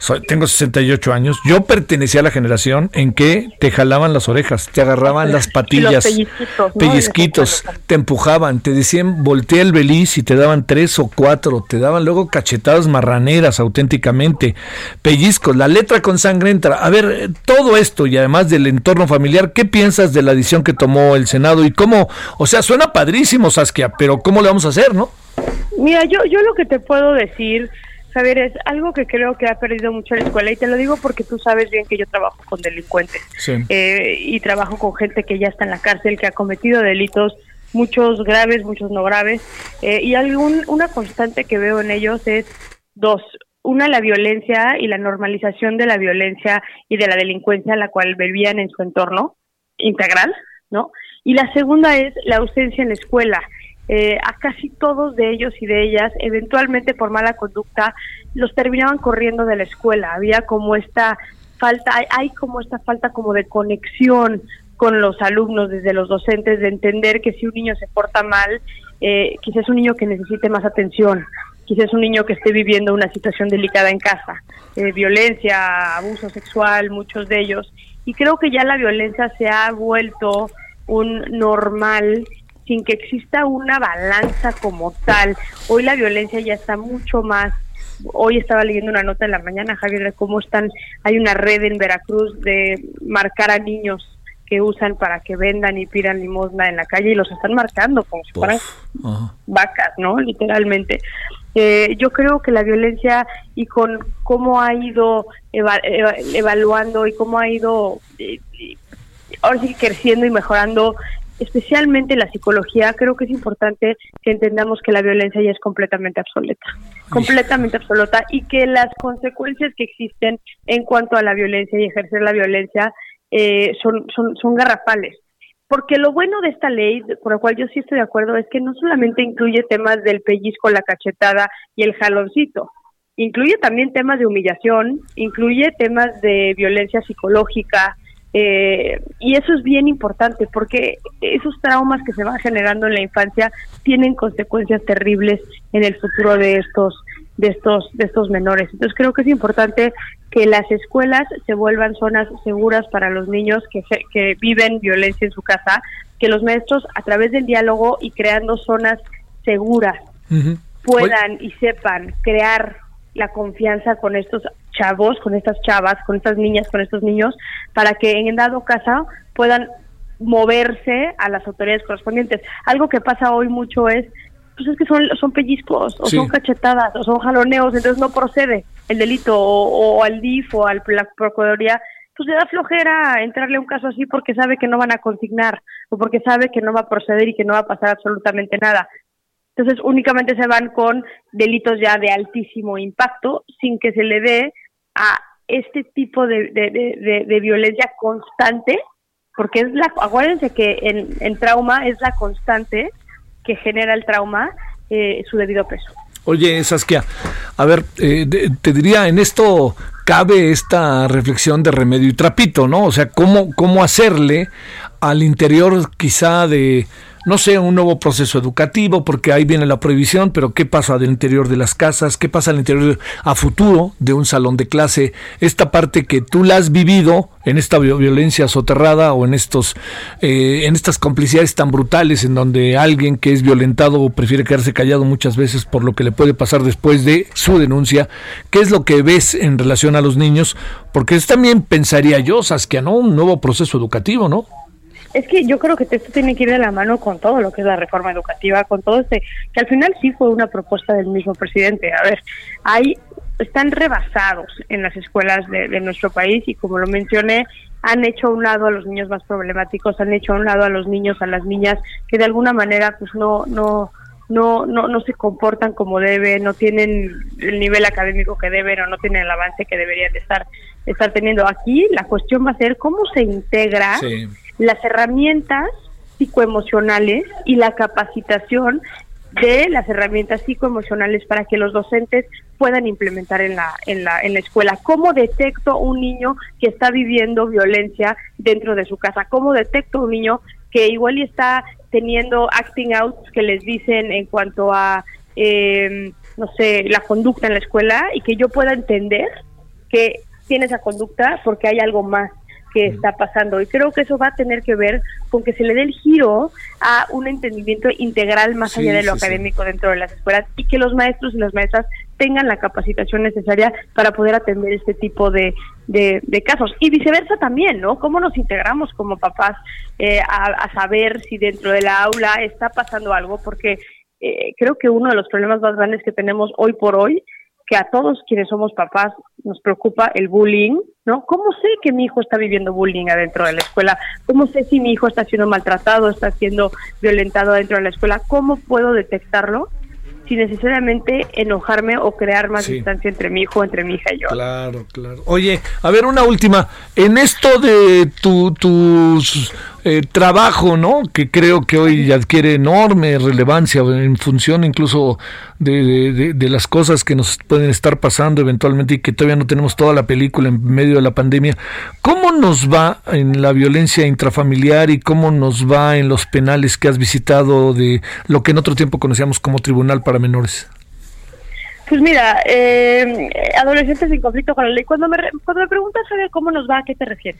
[SPEAKER 5] 68 años, yo pertenecía a la generación en que te jalaban las orejas, te agarraban las patillas, pellizquitos, te empujaban, te decían voltea el beliz y te daban 3 o 4, te daban luego cachetadas marraneras auténticamente, pellizcos, la letra con sangre entra. A ver, todo esto y además del entorno familiar, ¿qué piensas de la decisión que tomó el Senado y cómo? O sea, suena padrísimo, Saskia, pero ¿cómo le vamos a hacer, no?
[SPEAKER 9] Mira, yo lo que te puedo decir, Javier, es algo que creo que ha perdido mucho la escuela, y te lo digo porque tú sabes bien que yo trabajo con delincuentes, y trabajo con gente que ya está en la cárcel, que ha cometido delitos, muchos graves, muchos no graves, y una constante que veo en ellos es 2. Una, la violencia y la normalización de la violencia y de la delincuencia a la cual vivían en su entorno integral, ¿no? Y la segunda es la ausencia en la escuela. A casi todos de ellos y de ellas, eventualmente por mala conducta, los terminaban corriendo de la escuela. Había como esta falta, hay como esta falta como de conexión con los alumnos, desde los docentes, de entender que si un niño se porta mal, quizás es un niño que necesite más atención, quizás es un niño que esté viviendo una situación delicada en casa, violencia, abuso sexual, muchos de ellos. Y creo que ya la violencia se ha vuelto un normal, sin que exista una balanza como tal. Hoy la violencia ya está mucho más. Hoy estaba leyendo una nota en la mañana, Javier, de cómo hay una red en Veracruz de marcar a niños que usan para que vendan y pidan limosna en la calle, y los están marcando como si fueran vacas, ¿no? Literalmente. Yo creo que la violencia, y con cómo ha ido evaluando y cómo ha ido ahora sí creciendo y mejorando, especialmente la psicología, creo que es importante que entendamos que la violencia ya es completamente absoluta, y que las consecuencias que existen en cuanto a la violencia y ejercer la violencia son garrafales. Porque lo bueno de esta ley, por la cual yo sí estoy de acuerdo, es que no solamente incluye temas del pellizco, la cachetada y el jaloncito, incluye también temas de humillación, incluye temas de violencia psicológica, y eso es bien importante, porque esos traumas que se van generando en la infancia tienen consecuencias terribles en el futuro de estos menores. Entonces creo que es importante que las escuelas se vuelvan zonas seguras para los niños que viven violencia en su casa, que los maestros, a través del diálogo y creando zonas seguras, puedan y sepan crear la confianza con estos chavos, con estas chavas, con estas niñas, con estos niños, para que en dado caso puedan moverse a las autoridades correspondientes. Algo que pasa hoy mucho es que son pellizcos, o son cachetadas, o son jaloneos, entonces no procede el delito, o al DIF o a la Procuraduría, pues le da flojera entrarle a un caso así porque sabe que no van a consignar, o porque sabe que no va a proceder y que no va a pasar absolutamente nada. Entonces únicamente se van con delitos ya de altísimo impacto, sin que se le dé a este tipo de violencia constante, porque acuérdense que en trauma es la constante que genera el trauma, su debido peso.
[SPEAKER 5] Oye, Saskia, a ver, te diría, en esto cabe esta reflexión de remedio y trapito, ¿no? O sea, ¿cómo hacerle al interior quizá de, no sé, un nuevo proceso educativo? Porque ahí viene la prohibición, pero ¿qué pasa del interior de las casas? ¿Qué pasa al interior a futuro de un salón de clase? Esta parte que tú la has vivido en esta violencia soterrada o en estas complicidades tan brutales en donde alguien que es violentado prefiere quedarse callado muchas veces por lo que le puede pasar después de su denuncia. ¿Qué es lo que ves en relación a los niños? Porque es también, pensaría yo, Saskia, ¿no? Un nuevo proceso educativo, ¿no?
[SPEAKER 9] Es que yo creo que esto tiene que ir de la mano con todo lo que es la reforma educativa, con todo que al final sí fue una propuesta del mismo presidente. A ver, están rebasados en las escuelas de nuestro país y, como lo mencioné, han hecho a un lado a los niños más problemáticos, han hecho a un lado a los niños, a las niñas que de alguna manera pues no se comportan como deben, no tienen el nivel académico que deben o no tienen el avance que deberían de estar teniendo. Aquí la cuestión va a ser cómo se integra las herramientas psicoemocionales y la capacitación de las herramientas psicoemocionales para que los docentes puedan implementar en la escuela. ¿Cómo detecto un niño que está viviendo violencia dentro de su casa? ¿Cómo detecto un niño que igual y está teniendo acting out que les dicen en cuanto a la conducta en la escuela, y que yo pueda entender que tiene esa conducta porque hay algo más que está pasando? Y creo que eso va a tener que ver con que se le dé el giro a un entendimiento integral más allá de lo académico dentro de las escuelas, y que los maestros y las maestras tengan la capacitación necesaria para poder atender este tipo de casos. Y viceversa también, ¿no? ¿Cómo nos integramos como papás a saber si dentro de la aula está pasando algo? Porque creo que uno de los problemas más grandes que tenemos hoy por hoy, que a todos quienes somos papás nos preocupa, el bullying, ¿no? ¿Cómo sé que mi hijo está viviendo bullying adentro de la escuela? ¿Cómo sé si mi hijo está siendo maltratado, está siendo violentado adentro de la escuela? ¿Cómo puedo detectarlo sin necesariamente enojarme o crear más distancia entre mi hijo, entre mi hija y yo?
[SPEAKER 5] Claro. Oye, a ver, una última. En esto de tu trabajo, ¿no? Que creo que hoy adquiere enorme relevancia en función incluso de las cosas que nos pueden estar pasando eventualmente y que todavía no tenemos toda la película en medio de la pandemia. ¿Cómo nos va en la violencia intrafamiliar y cómo nos va en los penales que has visitado de lo que en otro tiempo conocíamos como Tribunal para Menores?
[SPEAKER 9] Pues mira, adolescentes en conflicto con la ley. Cuando me preguntas sobre cómo nos va, ¿a qué te refieres?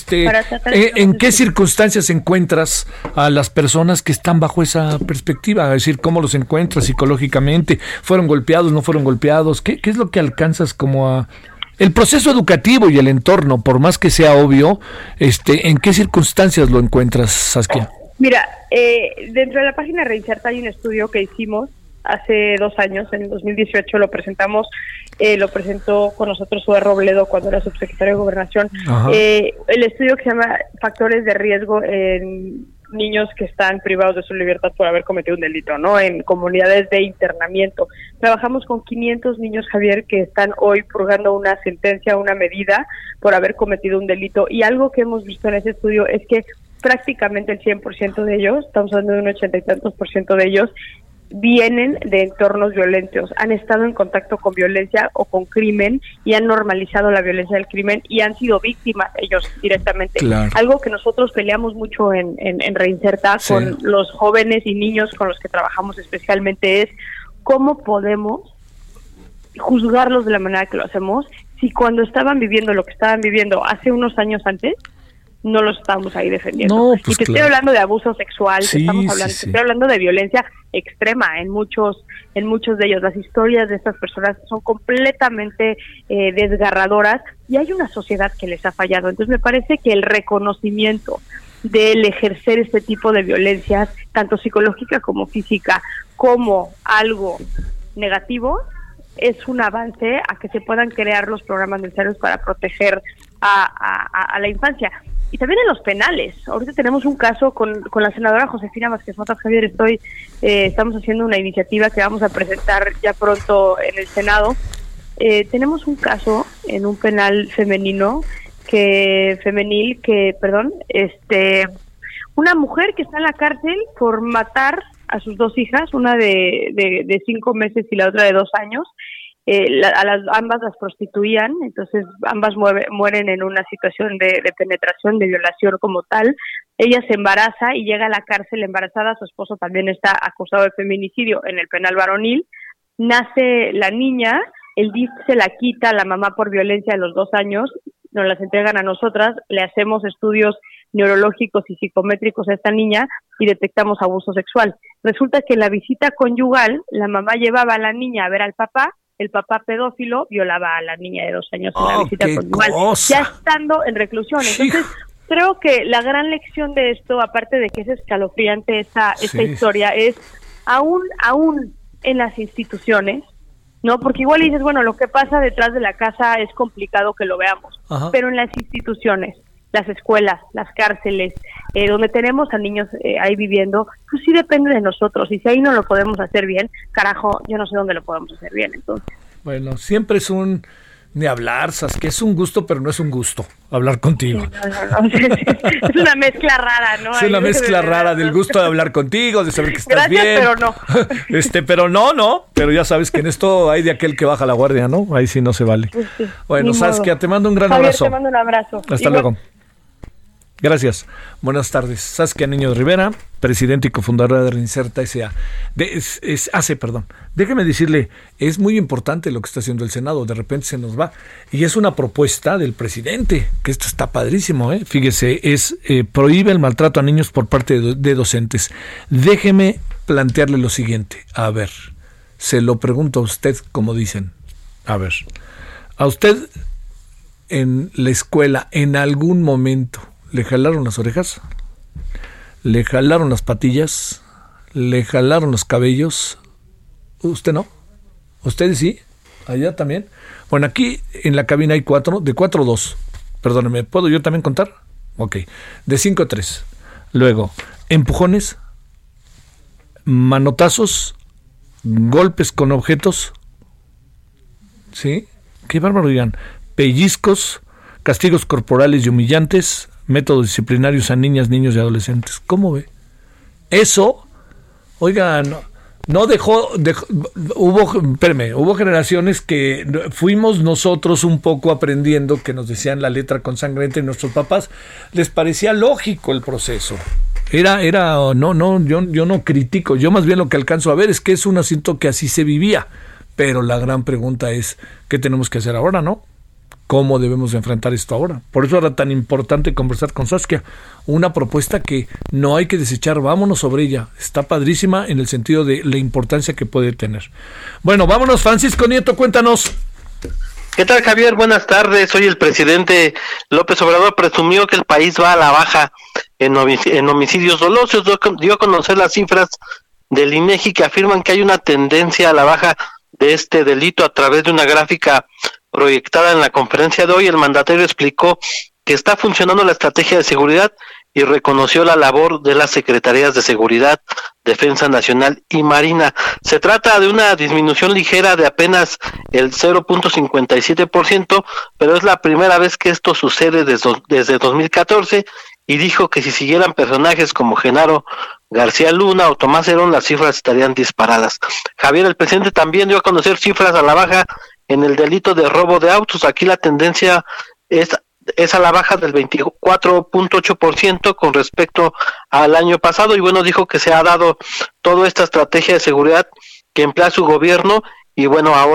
[SPEAKER 5] ¿En qué circunstancias encuentras a las personas que están bajo esa perspectiva? Es decir, ¿cómo los encuentras psicológicamente? ¿Fueron golpeados, no fueron golpeados? ¿Qué es lo que alcanzas como a el proceso educativo y el entorno, por más que sea obvio, ¿en qué circunstancias lo encuentras, Saskia?
[SPEAKER 9] Mira, dentro de la página Reinserta hay un estudio que hicimos hace 2 años, en el 2018 lo presentamos, lo presentó con nosotros Zoe Robledo cuando era subsecretario de Gobernación. El estudio que se llama Factores de Riesgo en niños que están privados de su libertad por haber cometido un delito, ¿no? En comunidades de internamiento. Trabajamos con 500 niños, Javier, que están hoy purgando una sentencia, una medida por haber cometido un delito, y algo que hemos visto en ese estudio es que prácticamente el 100% de ellos, estamos hablando de un 80 y tantos % de ellos, vienen de entornos violentos, han estado en contacto con violencia o con crimen y han normalizado la violencia del crimen y han sido víctimas ellos directamente. Claro. Algo que nosotros peleamos mucho en Reinserta con los jóvenes y niños con los que trabajamos especialmente es cómo podemos juzgarlos de la manera que lo hacemos si cuando estaban viviendo lo que estaban viviendo hace unos años antes no los estamos ahí defendiendo.
[SPEAKER 5] No, pues
[SPEAKER 9] y te estoy hablando de abuso sexual,
[SPEAKER 5] sí,
[SPEAKER 9] te estoy hablando de violencia extrema en muchos de ellos. Las historias de estas personas son completamente desgarradoras y hay una sociedad que les ha fallado. Entonces me parece que el reconocimiento del ejercer este tipo de violencias, tanto psicológica como física, como algo negativo, es un avance a que se puedan crear los programas necesarios para proteger a la infancia. Y también en los penales. Ahorita tenemos un caso con la senadora Josefina Vázquez Mota. Javier, estamos haciendo una iniciativa que vamos a presentar ya pronto en el Senado. Tenemos un caso en un penal femenil una mujer que está en la cárcel por matar a sus 2 hijas, una de 5 meses y la otra de 2 años. Ambas las prostituían, entonces ambas mueren en una situación de penetración, de violación como tal. Ella se embaraza y llega a la cárcel embarazada. Su esposo también está acusado de feminicidio en el penal varonil. Nace la niña, el DIF se la quita a la mamá por violencia a los 2 años, nos las entregan a nosotras, le hacemos estudios neurológicos y psicométricos a esta niña y detectamos abuso sexual. Resulta que en la visita conyugal, la mamá llevaba a la niña a ver al papá, el papá pedófilo violaba a la niña de 2 años en la visita conyugal, ya estando en reclusión. Entonces, creo que la gran lección de esto, aparte de que es escalofriante esta historia, es aún en las instituciones, ¿no? Porque igual dices, bueno, lo que pasa detrás de la casa es complicado que lo veamos, pero en las instituciones, las escuelas, las cárceles, donde tenemos a niños ahí viviendo, pues sí depende de nosotros, y si ahí no lo podemos hacer bien, carajo, yo no sé dónde lo podemos hacer bien, entonces.
[SPEAKER 5] Bueno, siempre es de hablar, Saskia, es un gusto, pero no es un gusto hablar contigo.
[SPEAKER 9] No. Es una mezcla rara, ¿no?
[SPEAKER 5] Es una mezcla rara del gusto de hablar contigo, de saber que estás
[SPEAKER 9] Gracias,
[SPEAKER 5] bien.
[SPEAKER 9] pero no.
[SPEAKER 5] Pero ya sabes que en esto hay de aquel que baja la guardia, ¿no? Ahí sí no se vale.
[SPEAKER 9] Pues sí,
[SPEAKER 5] bueno, Saskia, te mando un gran
[SPEAKER 9] Javier,
[SPEAKER 5] abrazo.
[SPEAKER 9] te mando un abrazo.
[SPEAKER 5] Hasta luego. Gracias. Buenas tardes. Saskia Niño Rivera, presidente y cofundadora de Reinserta S.A. Déjeme decirle, es muy importante lo que está haciendo el Senado. De repente se nos va. Y es una propuesta del presidente, que esto está padrísimo, ¿eh? Fíjese, prohíbe el maltrato a niños por parte de docentes. Déjeme plantearle lo siguiente. A ver, se lo pregunto a usted, como dicen. A ver, a usted en la escuela, en algún momento, ¿le jalaron las orejas? ¿Le jalaron las patillas? ¿Le jalaron los cabellos? ¿Usted no? ¿Ustedes sí? ¿Allá también? Bueno, aquí en la cabina hay 4, de 4 a 2. Perdóneme, ¿puedo yo también contar? Ok, de 5 a 3. Luego, empujones, manotazos, golpes con objetos. ¿Sí? Qué bárbaro, digan. Pellizcos, castigos corporales y humillantes, métodos disciplinarios a niñas, niños y adolescentes. ¿Cómo ve? Eso, oiga, hubo generaciones que fuimos nosotros un poco aprendiendo, que nos decían la letra con sangre entre nuestros papás, les parecía lógico el proceso. Yo no critico, yo más bien lo que alcanzo a ver es que es un asunto que así se vivía, pero la gran pregunta es, ¿qué tenemos que hacer ahora, no? ¿Cómo debemos enfrentar esto ahora? Por eso era tan importante conversar con Saskia. Una propuesta que no hay que desechar, vámonos sobre ella. Está padrísima en el sentido de la importancia que puede tener. Bueno, vámonos, Francisco Nieto, cuéntanos.
[SPEAKER 10] ¿Qué tal, Javier? Buenas tardes. Hoy el presidente López Obrador presumió que el país va a la baja en homicidios dolosos. Dio a conocer las cifras del INEGI que afirman que hay una tendencia a la baja de este delito a través de una gráfica proyectada en la conferencia de hoy. El mandatario explicó que está funcionando la estrategia de seguridad y reconoció la labor de las Secretarías de Seguridad, Defensa Nacional y Marina. Se trata de una disminución ligera de apenas el 0.57%, pero es la primera vez que esto sucede desde 2014, y dijo que si siguieran personajes como Genaro García Luna o Tomás Herón, las cifras estarían disparadas. Javier, el presidente también dio a conocer cifras a la baja en el delito de robo de autos. Aquí la tendencia es a la baja del 24.8% con respecto al año pasado, y bueno, dijo que se ha dado toda esta estrategia de seguridad que emplea su gobierno, y bueno, ahora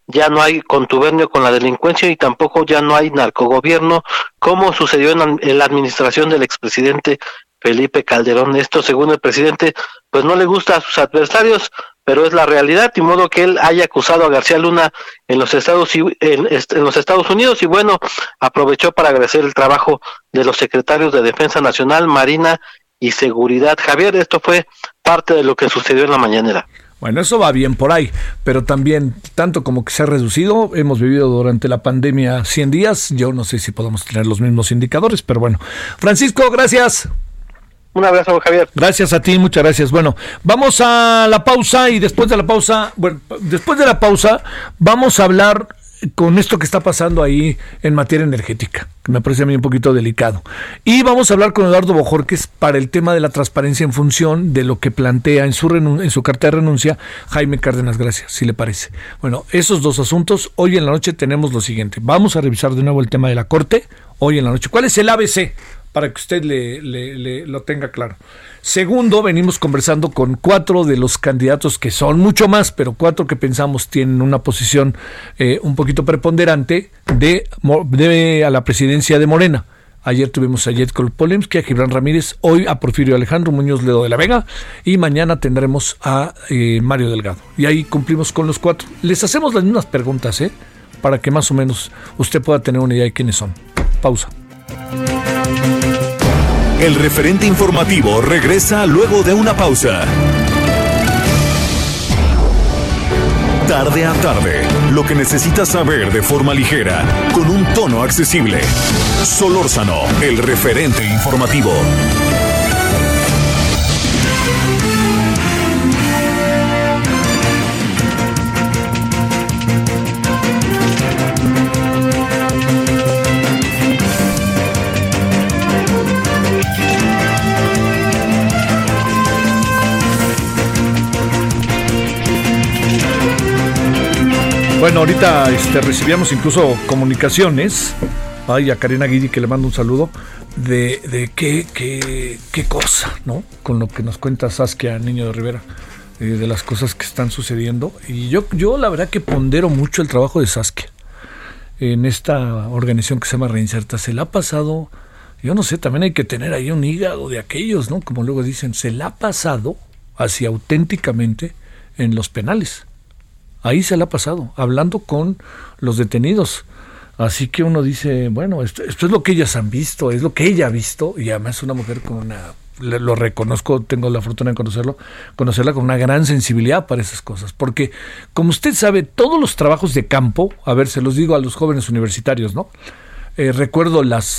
[SPEAKER 10] ya no hay contubernio con la delincuencia y tampoco ya no hay narcogobierno, como sucedió en la administración del expresidente Felipe Calderón. Esto, según el presidente, pues no le gusta a sus adversarios, pero es la realidad, y modo que él haya acusado a García Luna en los Estados Unidos, y bueno, aprovechó para agradecer el trabajo de los secretarios de Defensa Nacional, Marina y Seguridad. Javier, esto fue parte de lo que sucedió en la mañanera.
[SPEAKER 5] Bueno, eso va bien por ahí, pero también, tanto como que se ha reducido, hemos vivido durante la pandemia 100 días, yo no sé si podemos tener los mismos indicadores, pero bueno. Francisco, gracias.
[SPEAKER 10] Un abrazo, Javier.
[SPEAKER 5] Gracias a ti, muchas gracias. Bueno, vamos a la pausa y después de la pausa, vamos a hablar con esto que está pasando ahí en materia energética, que me parece a mí un poquito delicado. Y vamos a hablar con Eduardo Bojorquez para el tema de la transparencia en función de lo que plantea en su carta de renuncia Jaime Cárdenas Gracia, si le parece. Bueno, esos dos asuntos, hoy en la noche tenemos lo siguiente. Vamos a revisar de nuevo el tema de la Corte, hoy en la noche. ¿Cuál es el ABC? Para que usted lo tenga claro. Segundo, venimos conversando con 4 de los candidatos que son mucho más, pero 4 que pensamos tienen una posición un poquito preponderante a la presidencia de Morena. Ayer tuvimos a Yetko Polemski, a Gibran Ramírez, hoy a Porfirio Alejandro Muñoz Ledo de la Vega, y mañana tendremos a Mario Delgado. Y ahí cumplimos con los 4. Les hacemos las mismas preguntas, para que más o menos usted pueda tener una idea de quiénes son. Pausa.
[SPEAKER 4] El referente informativo regresa luego de una pausa. Tarde a tarde, lo que necesitas saber de forma ligera, con un tono accesible. Solórzano, el referente informativo.
[SPEAKER 5] Bueno, ahorita recibíamos incluso comunicaciones, a Karina Guidi, que le mando un saludo, de qué cosa, ¿no? Con lo que nos cuenta Saskia Niño de Rivera, de las cosas que están sucediendo. Y yo la verdad que pondero mucho el trabajo de Saskia en esta organización que se llama Reinserta. Se la ha pasado, yo no sé, también hay que tener ahí un hígado de aquellos, ¿no? Como luego dicen, se la ha pasado así auténticamente en los penales. Ahí se la ha pasado, hablando con los detenidos. Así que uno dice, bueno, esto es lo que ellas han visto, es lo que ella ha visto, y además es una mujer con lo reconozco, tengo la fortuna de conocerla con una gran sensibilidad para esas cosas. Porque, como usted sabe, todos los trabajos de campo, a ver, se los digo a los jóvenes universitarios, ¿no? Recuerdo las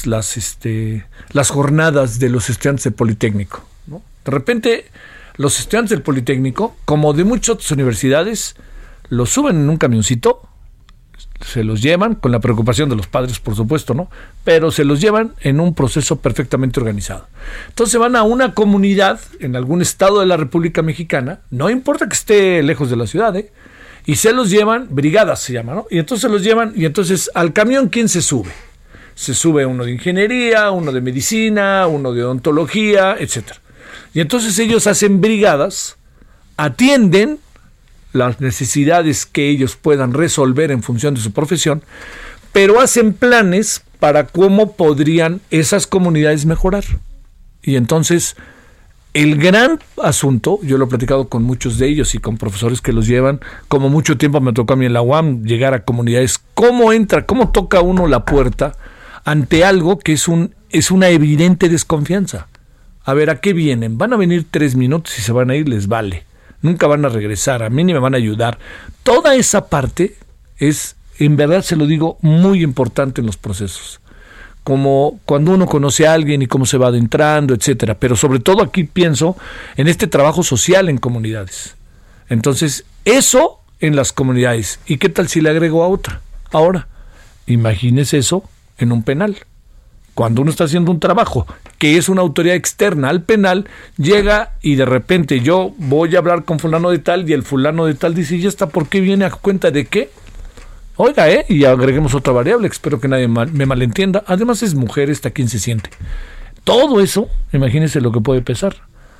[SPEAKER 5] jornadas de los estudiantes del Politécnico, ¿no? De repente, los estudiantes del Politécnico, como de muchas otras universidades, los suben en un camioncito, se los llevan, con la preocupación de los padres, por supuesto, ¿no? Pero se los llevan en un proceso perfectamente organizado. Entonces van a una comunidad, en algún estado de la República Mexicana, no importa que esté lejos de la ciudad, y se los llevan, brigadas se llama, ¿no? Y entonces se los llevan, y entonces al camión, ¿quién se sube? Se sube uno de ingeniería, uno de medicina, uno de odontología, etcétera. Y entonces ellos hacen brigadas, atienden las necesidades que ellos puedan resolver en función de su profesión, pero hacen planes para cómo podrían esas comunidades mejorar. Y entonces, el gran asunto, yo lo he platicado con muchos de ellos y con profesores que los llevan, como mucho tiempo me tocó a mí en la UAM llegar a comunidades, cómo toca uno la puerta ante algo que es una evidente desconfianza. A ver, ¿a qué vienen? Van a venir 3 minutos y se van a ir, les vale. Nunca van a regresar, a mí ni me van a ayudar. Toda esa parte es, en verdad se lo digo, muy importante en los procesos. Como cuando uno conoce a alguien y cómo se va adentrando, etcétera. Pero sobre todo aquí pienso en este trabajo social en comunidades. Entonces, eso en las comunidades. ¿Y qué tal si le agrego a otra? Ahora, imagínese eso en un penal. Cuando uno está haciendo un trabajo que es una autoridad externa al penal, llega y de repente yo voy a hablar con fulano de tal y el fulano de tal dice, ¿y esta por qué viene a cuenta de qué? Oiga, y agreguemos otra variable, espero que nadie me malentienda. Además es mujer, esta quien se siente. Todo eso, imagínense lo que puede pesar.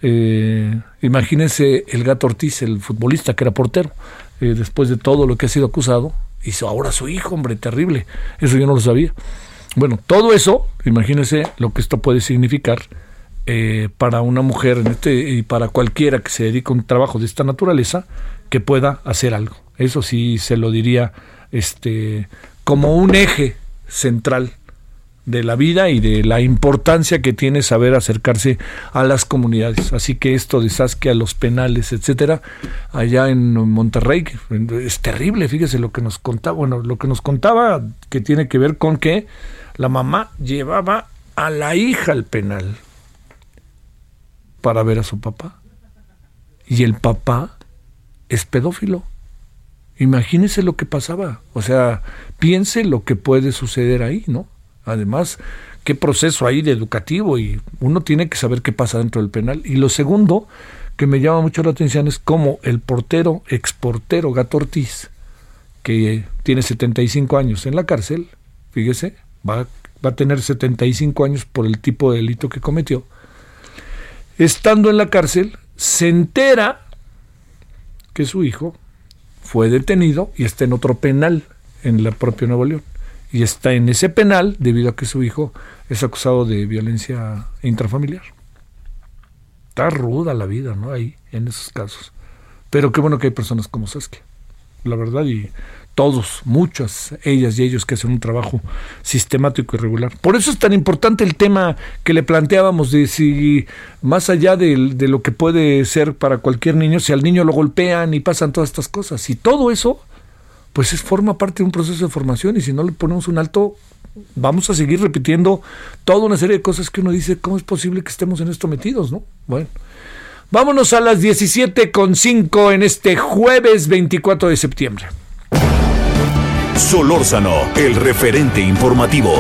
[SPEAKER 5] Imagínense el Gato Ortiz, el futbolista que era portero, después de todo lo que ha sido acusado, hizo ahora su hijo, hombre, terrible. Eso yo no lo sabía. Bueno, todo eso, imagínense lo que esto puede significar para una mujer y para cualquiera que se dedique a un trabajo de esta naturaleza, que pueda hacer algo. Eso sí se lo diría como un eje central de la vida y de la importancia que tiene saber acercarse a las comunidades. Así que esto de Saskia, los penales, etcétera, allá en Monterrey, es terrible. Fíjese lo que nos contaba, que tiene que ver con que la mamá llevaba a la hija al penal para ver a su papá, y el papá es pedófilo. Imagínese lo que pasaba. O sea, piense lo que puede suceder ahí, ¿no? Además, qué proceso hay de educativo, y uno tiene que saber qué pasa dentro del penal. Y lo segundo que me llama mucho la atención es cómo el exportero Gato Ortiz, que tiene 75 años en la cárcel, fíjese, va a tener 75 años por el tipo de delito que cometió. Estando en la cárcel, se entera que su hijo fue detenido y está en otro penal en la propia Nuevo León. Y está en ese penal debido a que su hijo es acusado de violencia intrafamiliar. Está ruda la vida, ¿no? Ahí, en esos casos. Pero qué bueno que hay personas como Saskia, la verdad, y todos, muchas, ellas y ellos que hacen un trabajo sistemático y regular. Por eso es tan importante el tema que le planteábamos de si, más allá de lo que puede ser para cualquier niño, si al niño lo golpean y pasan todas estas cosas, y todo eso pues forma parte de un proceso de formación, y si no le ponemos un alto, vamos a seguir repitiendo toda una serie de cosas que uno dice, ¿cómo es posible que estemos en esto metidos, no? Bueno, vámonos a las 17:05 en este jueves 24 de septiembre.
[SPEAKER 4] Solórzano, el referente informativo.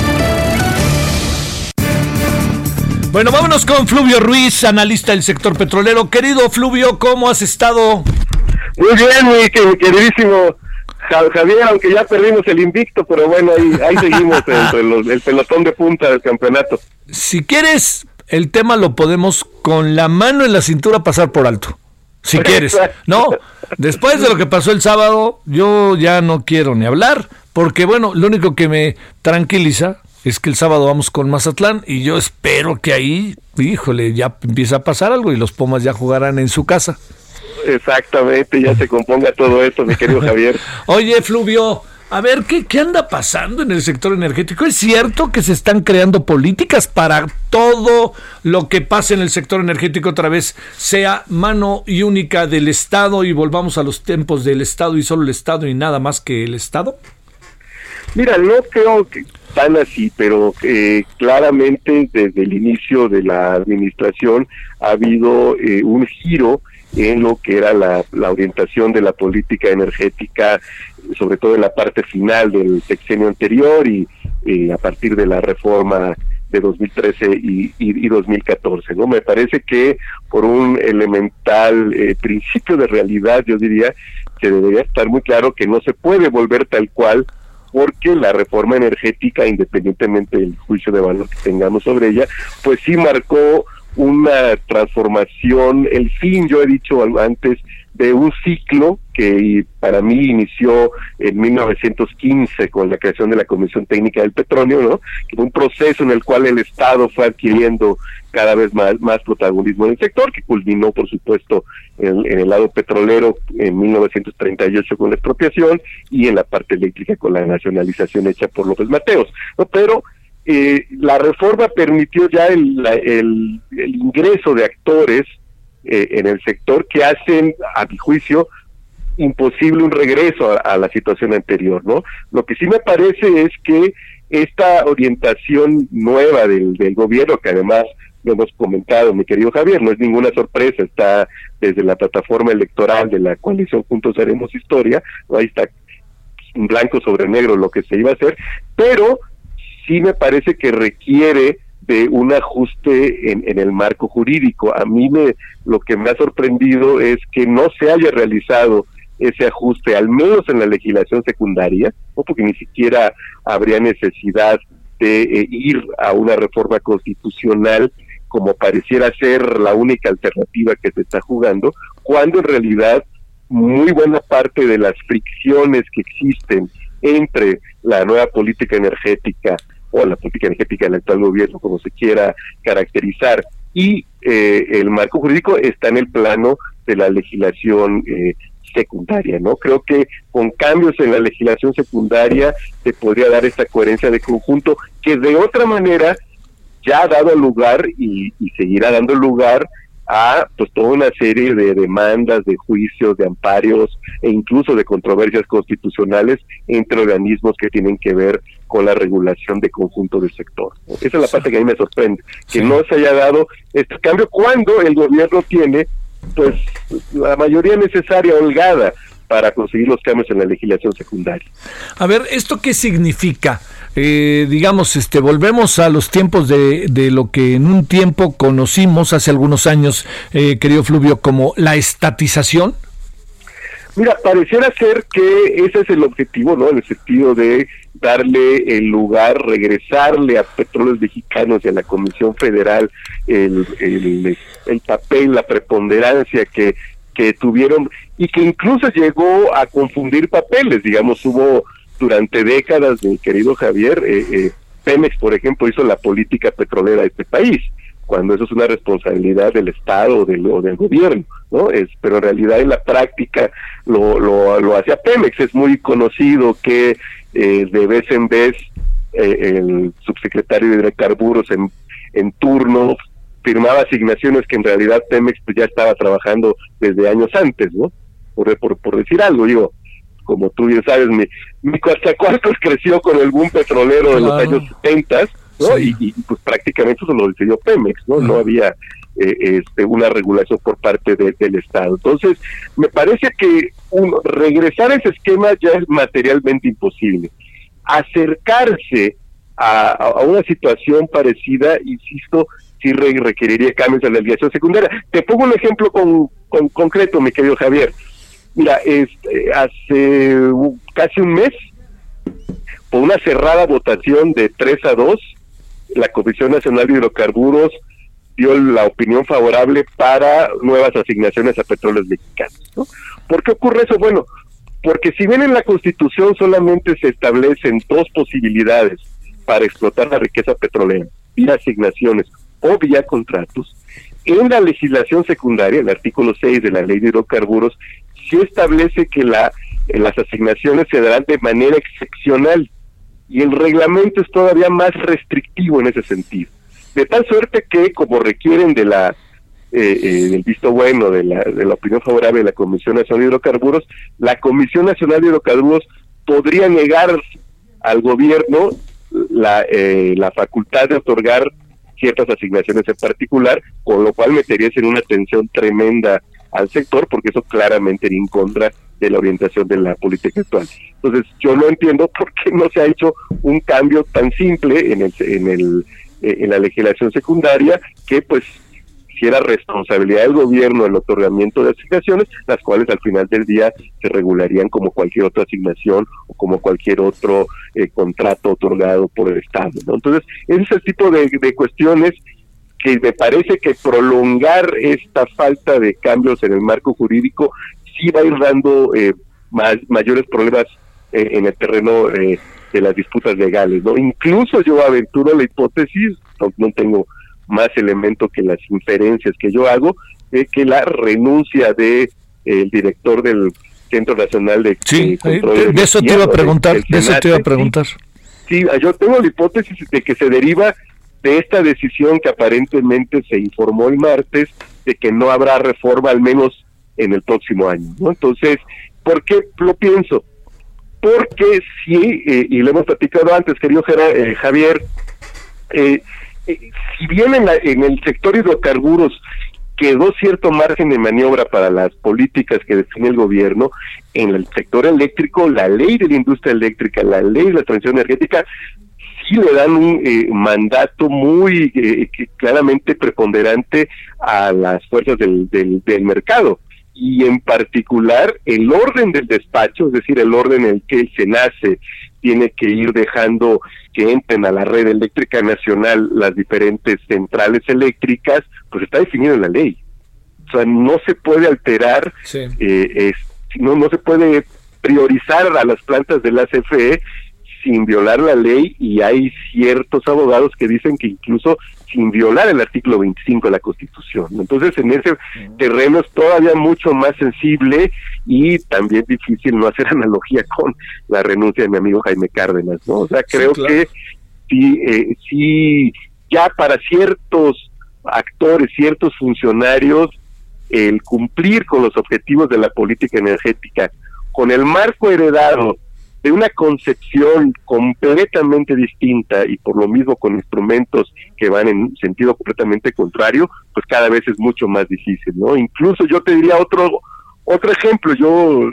[SPEAKER 5] Bueno, vámonos con Fluvio Ruiz, analista del sector petrolero. Querido Fluvio, ¿cómo has estado?
[SPEAKER 11] Muy bien, mi queridísimo Javier, aunque ya perdimos el invicto, pero bueno, ahí seguimos entre el pelotón de punta del campeonato.
[SPEAKER 5] Si quieres, el tema lo podemos con la mano en la cintura pasar por alto. Si quieres, ¿no? Después de lo que pasó el sábado, yo ya no quiero ni hablar, porque bueno, lo único que me tranquiliza es que el sábado vamos con Mazatlán, y yo espero que ahí, híjole, ya empieza a pasar algo y los Pumas ya jugarán en su casa.
[SPEAKER 11] Exactamente, ya se componga todo esto, mi querido Javier.
[SPEAKER 5] Oye, Fluvio, a ver, ¿qué anda pasando en el sector energético? ¿Es cierto que se están creando políticas para todo lo que pase en el sector energético otra vez sea mano y única del Estado y volvamos a los tiempos del Estado y solo el Estado y nada más que el Estado?
[SPEAKER 11] Mira, no creo que tan así, pero claramente desde el inicio de la administración ha habido un giro en lo que era la orientación de la política energética, sobre todo en la parte final del sexenio anterior y a partir de la reforma de 2013 y 2014, ¿no? Me parece que por un elemental principio de realidad, yo diría que debería estar muy claro que no se puede volver tal cual, porque la reforma energética, independientemente del juicio de valor que tengamos sobre ella, pues sí marcó una transformación, el fin, yo he dicho antes, de un ciclo que para mí inició en 1915 con la creación de la Comisión Técnica del Petróleo, ¿no? Que fue un proceso en el cual el Estado fue adquiriendo cada vez más protagonismo en el sector, que culminó, por supuesto, en el lado petrolero en 1938 con la expropiación y en la parte eléctrica con la nacionalización hecha por López Mateos, ¿no? Pero la reforma permitió ya el ingreso de actores en el sector que hacen, a mi juicio, imposible un regreso a la situación anterior, ¿no? Lo que sí me parece es que esta orientación nueva del gobierno, que además lo hemos comentado, mi querido Javier, no es ninguna sorpresa, está desde la plataforma electoral de la coalición Juntos Haremos Historia, ¿no? Ahí está en blanco sobre negro lo que se iba a hacer, pero sí me parece que requiere de un ajuste en el marco jurídico. A mí lo que me ha sorprendido es que no se haya realizado ese ajuste, al menos en la legislación secundaria, ¿no? Porque ni siquiera habría necesidad de ir a una reforma constitucional como pareciera ser la única alternativa que se está jugando, cuando en realidad muy buena parte de las fricciones que existen entre la nueva política energética o la política energética del actual gobierno, como se quiera caracterizar, y el marco jurídico está en el plano de la legislación secundaria, ¿no? Creo que con cambios en la legislación secundaria se podría dar esta coherencia de conjunto que de otra manera ya ha dado lugar y seguirá dando lugar a pues toda una serie de demandas, de juicios, de amparios e incluso de controversias constitucionales entre organismos que tienen que ver con la regulación de conjunto del sector. Esa es la parte que a mí me sorprende, que no se haya dado este cambio cuando el gobierno tiene pues la mayoría necesaria holgada para conseguir los cambios en la legislación secundaria.
[SPEAKER 5] A ver, ¿esto qué significa? Digamos, volvemos a los tiempos de lo que en un tiempo conocimos hace algunos años, querido Fluvio, como la estatización.
[SPEAKER 11] Mira, pareciera ser que ese es el objetivo, ¿no? En el sentido de darle el lugar, regresarle a Petróleos Mexicanos y a la Comisión Federal el papel, la preponderancia que tuvieron y que incluso llegó a confundir papeles. Digamos, hubo durante décadas, mi querido Javier, Pemex, por ejemplo, hizo la política petrolera de este país, cuando eso es una responsabilidad del Estado o del gobierno, ¿no? Pero en realidad en la práctica lo hacía Pemex. Es muy conocido que de vez en vez el subsecretario de Hidrocarburos en turno firmaba asignaciones que en realidad Pemex pues ya estaba trabajando desde años antes, ¿no? Por decir algo, digo, como tú bien sabes, mi Coatzacoalcos creció con el boom petrolero de los años 70, ¿no? Sí. Y pues prácticamente eso lo decidió Pemex, ¿no? No había una regulación por parte del Estado. Entonces, me parece que regresar a ese esquema ya es materialmente imposible. Acercarse a una situación parecida, insisto, sí requeriría cambios en la legislación secundaria. Te pongo un ejemplo concreto, mi querido Javier. Mira, hace casi un mes, por una cerrada votación de 3-2, la Comisión Nacional de Hidrocarburos dio la opinión favorable para nuevas asignaciones a Petróleos Mexicanos, ¿no? ¿Por qué ocurre eso? Bueno, porque si bien en la Constitución solamente se establecen dos posibilidades para explotar la riqueza petrolera, vía asignaciones o vía contratos, en la legislación secundaria, el artículo 6 de la Ley de Hidrocarburos, sí establece que las asignaciones se darán de manera excepcional, y el reglamento es todavía más restrictivo en ese sentido, de tal suerte que, como requieren de del visto bueno, de la opinión favorable de la Comisión Nacional de Hidrocarburos, la Comisión Nacional de Hidrocarburos podría negar al gobierno la facultad de otorgar ciertas asignaciones en particular, con lo cual meterías en una tensión tremenda al sector, porque eso claramente iría en contra de la orientación de la política actual. Entonces, yo no entiendo por qué no se ha hecho un cambio tan simple en la legislación secundaria, que pues si era responsabilidad del gobierno el otorgamiento de asignaciones, las cuales al final del día se regularían como cualquier otra asignación o como cualquier otro contrato otorgado por el Estado, ¿no? Entonces, ese es el tipo de cuestiones que me parece que prolongar esta falta de cambios en el marco jurídico sí va a ir dando mayores problemas en el terreno de las disputas legales, ¿no? Incluso yo aventuro la hipótesis, no tengo más elemento que las inferencias que yo hago, de que la renuncia de el director del Centro Nacional de Control
[SPEAKER 5] de eso te iba a preguntar,
[SPEAKER 11] Sí, yo tengo la hipótesis de que se deriva de esta decisión que aparentemente se informó el martes, de que no habrá reforma al menos en el próximo año, ¿no? Entonces, ¿por qué lo pienso? Porque sí, y lo hemos platicado antes, querido Javier, si bien en el sector hidrocarburos quedó cierto margen de maniobra para las políticas que define el gobierno, en el sector eléctrico, la ley de la industria eléctrica, la ley de la transición energética, sí le dan un mandato muy claramente preponderante a las fuerzas del mercado, y en particular el orden del despacho, es decir, el orden en el que el SENACE tiene que ir dejando que entren a la red eléctrica nacional las diferentes centrales eléctricas, pues está definido en la ley. O sea, no se puede alterar, no se puede priorizar a las plantas de la CFE sin violar la ley, y hay ciertos abogados que dicen que incluso sin violar el artículo 25 de la Constitución. Entonces, en ese terreno es todavía mucho más sensible y también difícil no hacer analogía con la renuncia de mi amigo Jaime Cárdenas, ¿no? O sea, creo que sí, ya para ciertos actores, ciertos funcionarios, el cumplir con los objetivos de la política energética, con el marco heredado de una concepción completamente distinta y por lo mismo con instrumentos que van en sentido completamente contrario, pues cada vez es mucho más difícil, ¿no? Incluso yo te diría otro ejemplo. Yo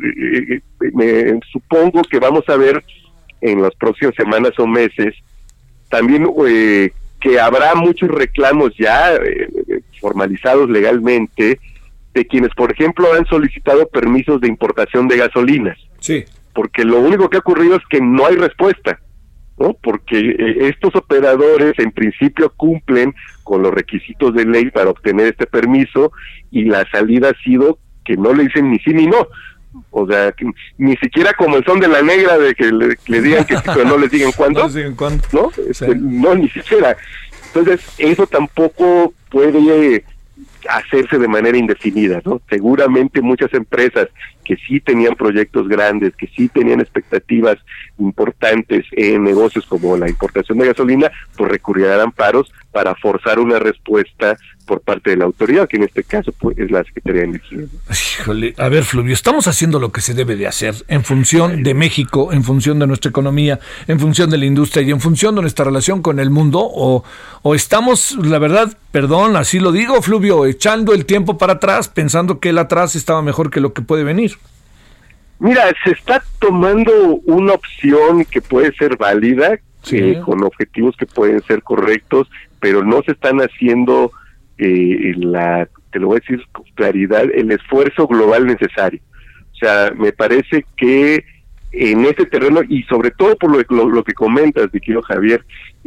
[SPEAKER 11] me supongo que vamos a ver en las próximas semanas o meses también que habrá muchos reclamos ya formalizados legalmente de quienes, por ejemplo, han solicitado permisos de importación de gasolinas.
[SPEAKER 5] Sí.
[SPEAKER 11] Porque lo único que ha ocurrido es que no hay respuesta, ¿no? Porque estos operadores en principio cumplen con los requisitos de ley para obtener este permiso, y la salida ha sido que no le dicen ni sí ni no. O sea, que ni siquiera como el son de la negra, de que le digan que sí, pero no les digan cuándo.
[SPEAKER 5] No les digan cuándo.
[SPEAKER 11] ¿No?
[SPEAKER 5] Sí.
[SPEAKER 11] No, ni siquiera. Entonces, eso tampoco puede hacerse de manera indefinida, ¿no? Seguramente muchas empresas que sí tenían proyectos grandes, que sí tenían expectativas importantes en negocios como la importación de gasolina, pues recurrirán a amparos para forzar una respuesta por parte de la autoridad, que en este caso pues es la Secretaría de Energía.
[SPEAKER 5] Híjole, a ver, Fluvio, estamos haciendo lo que se debe de hacer en función de México, en función de nuestra economía, en función de la industria y en función de nuestra relación con el mundo, o estamos, la verdad, perdón, así lo digo, Fluvio, echando el tiempo para atrás, pensando que el atrás estaba mejor que lo que puede venir.
[SPEAKER 11] Mira, se está tomando una opción que puede ser válida, con objetivos que pueden ser correctos, pero no se están haciendo te lo voy a decir con claridad, el esfuerzo global necesario. O sea, me parece que en este terreno, y sobre todo por lo que comentas, mi querido Javier,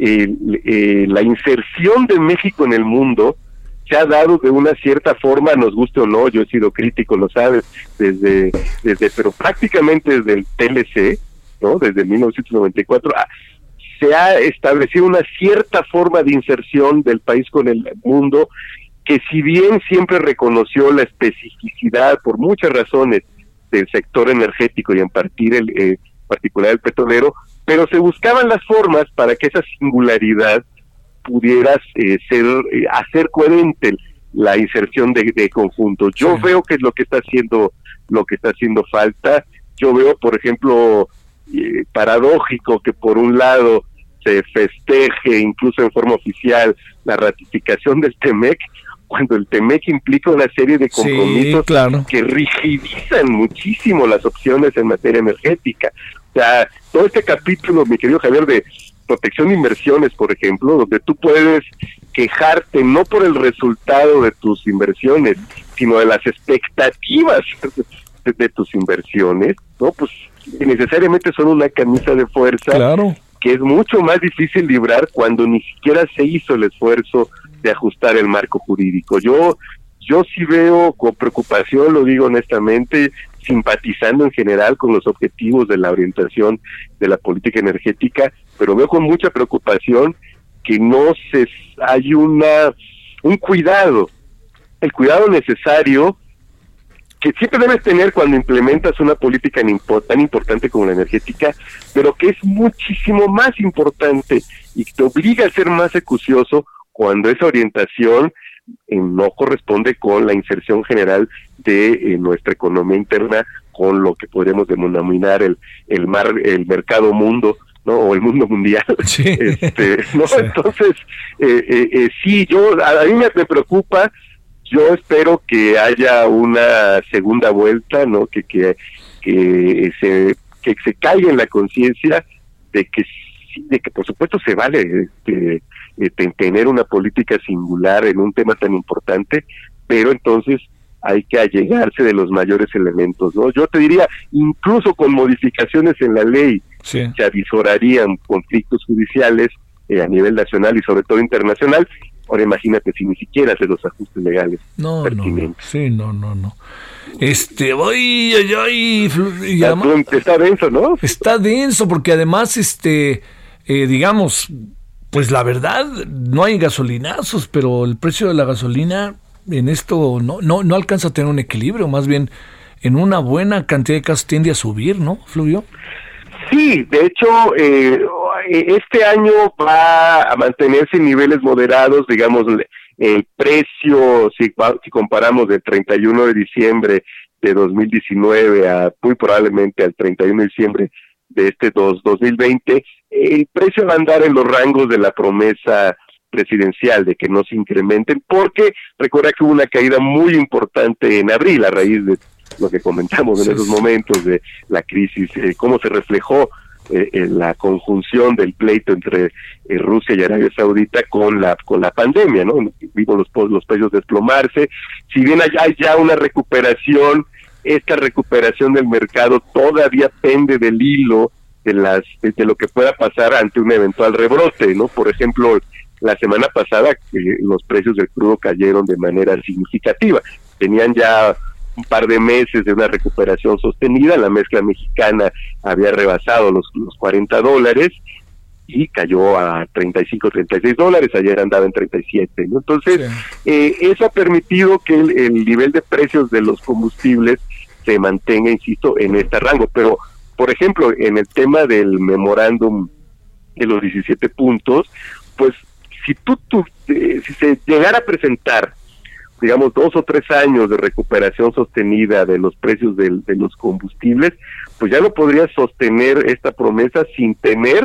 [SPEAKER 11] la inserción de México en el mundo se ha dado de una cierta forma, nos guste o no. Yo he sido crítico, lo sabes, pero prácticamente desde el TLC, ¿no? Desde 1994, se ha establecido una cierta forma de inserción del país con el mundo, que si bien siempre reconoció la especificidad por muchas razones del sector energético y en particular el petrolero, pero se buscaban las formas para que esa singularidad pudiera hacer coherente la inserción de conjunto. Yo veo que es lo que está haciendo falta. Yo veo, por ejemplo, paradójico que por un lado se festeje incluso en forma oficial la ratificación del TEMEC, cuando el TEMEC implica una serie de compromisos que rigidizan muchísimo las opciones en materia energética. O sea, todo este capítulo, mi querido Javier, de protección de inversiones, por ejemplo, donde tú puedes quejarte no por el resultado de tus inversiones, sino de las expectativas de tus inversiones, ¿no? Pues necesariamente son una camisa de fuerza que es mucho más difícil librar cuando ni siquiera se hizo el esfuerzo de ajustar el marco jurídico. Yo sí veo con preocupación, lo digo honestamente, simpatizando en general con los objetivos de la orientación de la política energética, pero veo con mucha preocupación que no hay un cuidado, el cuidado necesario que siempre debes tener cuando implementas una política tan importante como la energética, pero que es muchísimo más importante y que te obliga a ser más acucioso cuando esa orientación no corresponde con la inserción general de nuestra economía interna, con lo que podríamos denominar el mercado mundo, ¿no? O el mundo mundial. Sí. ¿No? Sí. Entonces, sí, a mí me preocupa. Yo espero que haya una segunda vuelta, ¿no? Que se caiga en la conciencia de que por supuesto se vale tener una política singular en un tema tan importante, pero entonces hay que allegarse de los mayores elementos, ¿no? Yo te diría, incluso con modificaciones en la ley
[SPEAKER 5] Sí.
[SPEAKER 11] se avisorarían conflictos judiciales a nivel nacional y sobre todo internacional. Ahora imagínate si ni siquiera hace los ajustes legales pertinentes.
[SPEAKER 5] Sí, no. Y además,
[SPEAKER 11] está denso, ¿no?
[SPEAKER 5] Está denso porque además, digamos, pues la verdad, no hay gasolinazos, pero el precio de la gasolina en esto no alcanza a tener un equilibrio, más bien en una buena cantidad de casos tiende a subir, ¿no, Fluvio?
[SPEAKER 11] Sí, de hecho, este año va a mantenerse en niveles moderados, digamos, el precio, si comparamos del 31 de diciembre de 2019 a muy probablemente al 31 de diciembre de este 2020, el precio va a andar en los rangos de la promesa presidencial de que no se incrementen, porque recuerda que hubo una caída muy importante en abril a raíz de lo que comentamos en esos momentos de la crisis, cómo se reflejó en la conjunción del pleito entre Rusia y Arabia Saudita con la pandemia, ¿no? Vimos los precios desplomarse. Si bien hay ya una recuperación, esta recuperación del mercado todavía pende del hilo de lo que pueda pasar ante un eventual rebrote, ¿no? Por ejemplo, la semana pasada los precios del crudo cayeron de manera significativa. Tenían ya un par de meses de una recuperación sostenida, la mezcla mexicana había rebasado los $40 y cayó a $35-36, ayer andaba en 37, ¿no? Entonces, eso ha permitido que el nivel de precios de los combustibles se mantenga, insisto, en este rango, pero, por ejemplo, en el tema del memorándum de los 17 puntos, pues, si se llegara a presentar digamos 2 o 3 años de recuperación sostenida de los precios de los combustibles, pues ya no podría sostener esta promesa sin tener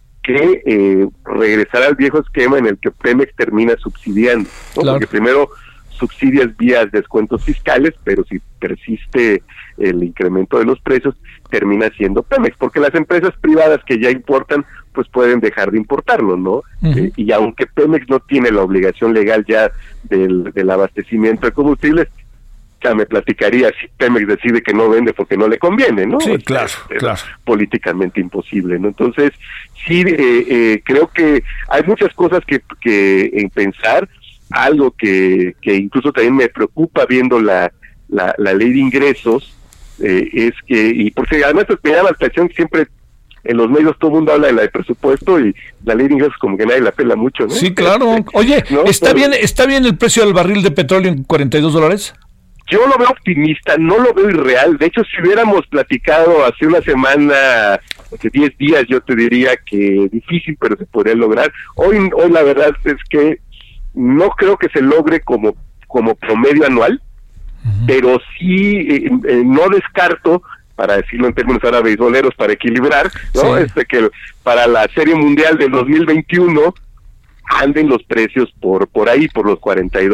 [SPEAKER 11] que regresar al viejo esquema en el que Pemex termina subsidiando, ¿no? Claro. Porque primero subsidias vía descuentos fiscales, pero si persiste el incremento de los precios, termina siendo Pemex, porque las empresas privadas que ya importan, pues pueden dejar de importarlo, ¿no? Uh-huh. Y aunque Pemex no tiene la obligación legal ya del abastecimiento de combustibles, ya me platicaría si Pemex decide que no vende porque no le conviene, ¿no?
[SPEAKER 5] Sí, claro, claro.
[SPEAKER 11] Políticamente imposible, ¿no? Entonces, sí, creo que hay muchas cosas que en pensar. Algo que incluso también me preocupa viendo la ley de ingresos, es que, y porque además me llama la atención que siempre en los medios todo el mundo habla de la de presupuesto y la ley de ingresos como que nadie la pela mucho, ¿no?
[SPEAKER 5] Sí, claro. Oye, ¿no? ¿Está bien el precio del barril de petróleo en $42?
[SPEAKER 11] Yo lo veo optimista, no lo veo irreal. De hecho, si hubiéramos platicado hace una semana, hace 10 días, yo te diría que difícil, pero se podría lograr. Hoy la verdad es que no creo que se logre como promedio anual, uh-huh. Pero sí no descarto, para decirlo en términos ahora beisboleros, para equilibrar, ¿no? Sí. Que para la Serie Mundial del 2021 anden los precios por ahí, por los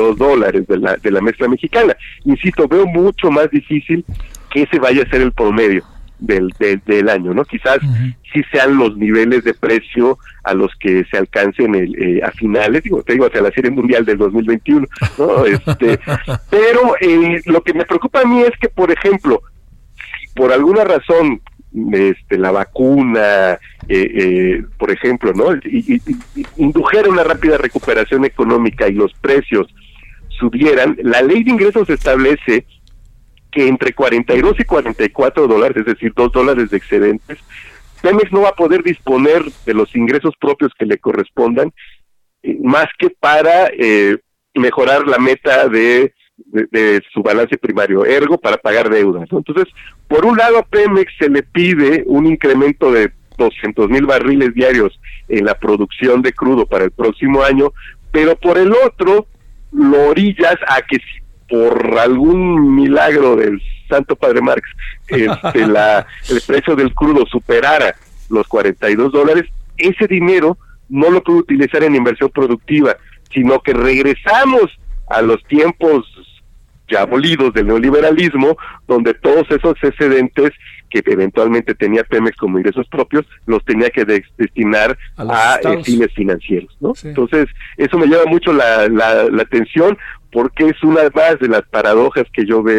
[SPEAKER 11] $42 de la mezcla mexicana. Insisto, veo mucho más difícil que ese vaya a ser el promedio del año, ¿no? Quizás uh-huh. Sí sean los niveles de precio a los que se alcancen a finales, hacia la Serie Mundial del 2021, ¿no? Pero lo que me preocupa a mí es que, por ejemplo, si por alguna razón la vacuna, por ejemplo, ¿no? Y indujera una rápida recuperación económica y los precios subieran, la ley de ingresos establece que entre $42 y $44, es decir, $2 de excedentes, Pemex no va a poder disponer de los ingresos propios que le correspondan, más que para mejorar la meta de su balance primario, ergo para pagar deudas, ¿no? Entonces, por un lado a Pemex se le pide un incremento de 200,000 barriles diarios en la producción de crudo para el próximo año, pero por el otro lo orillas a que si por algún milagro del Santo Padre Marx el precio del crudo superara los $42, ese dinero no lo puede utilizar en inversión productiva, sino que regresamos a los tiempos ya abolidos del neoliberalismo, donde todos esos excedentes que eventualmente tenía Pemex como ingresos propios, los tenía que destinar a fines financieros, ¿no? Sí. Entonces, eso me llama mucho la atención, porque es una más de las paradojas que yo veo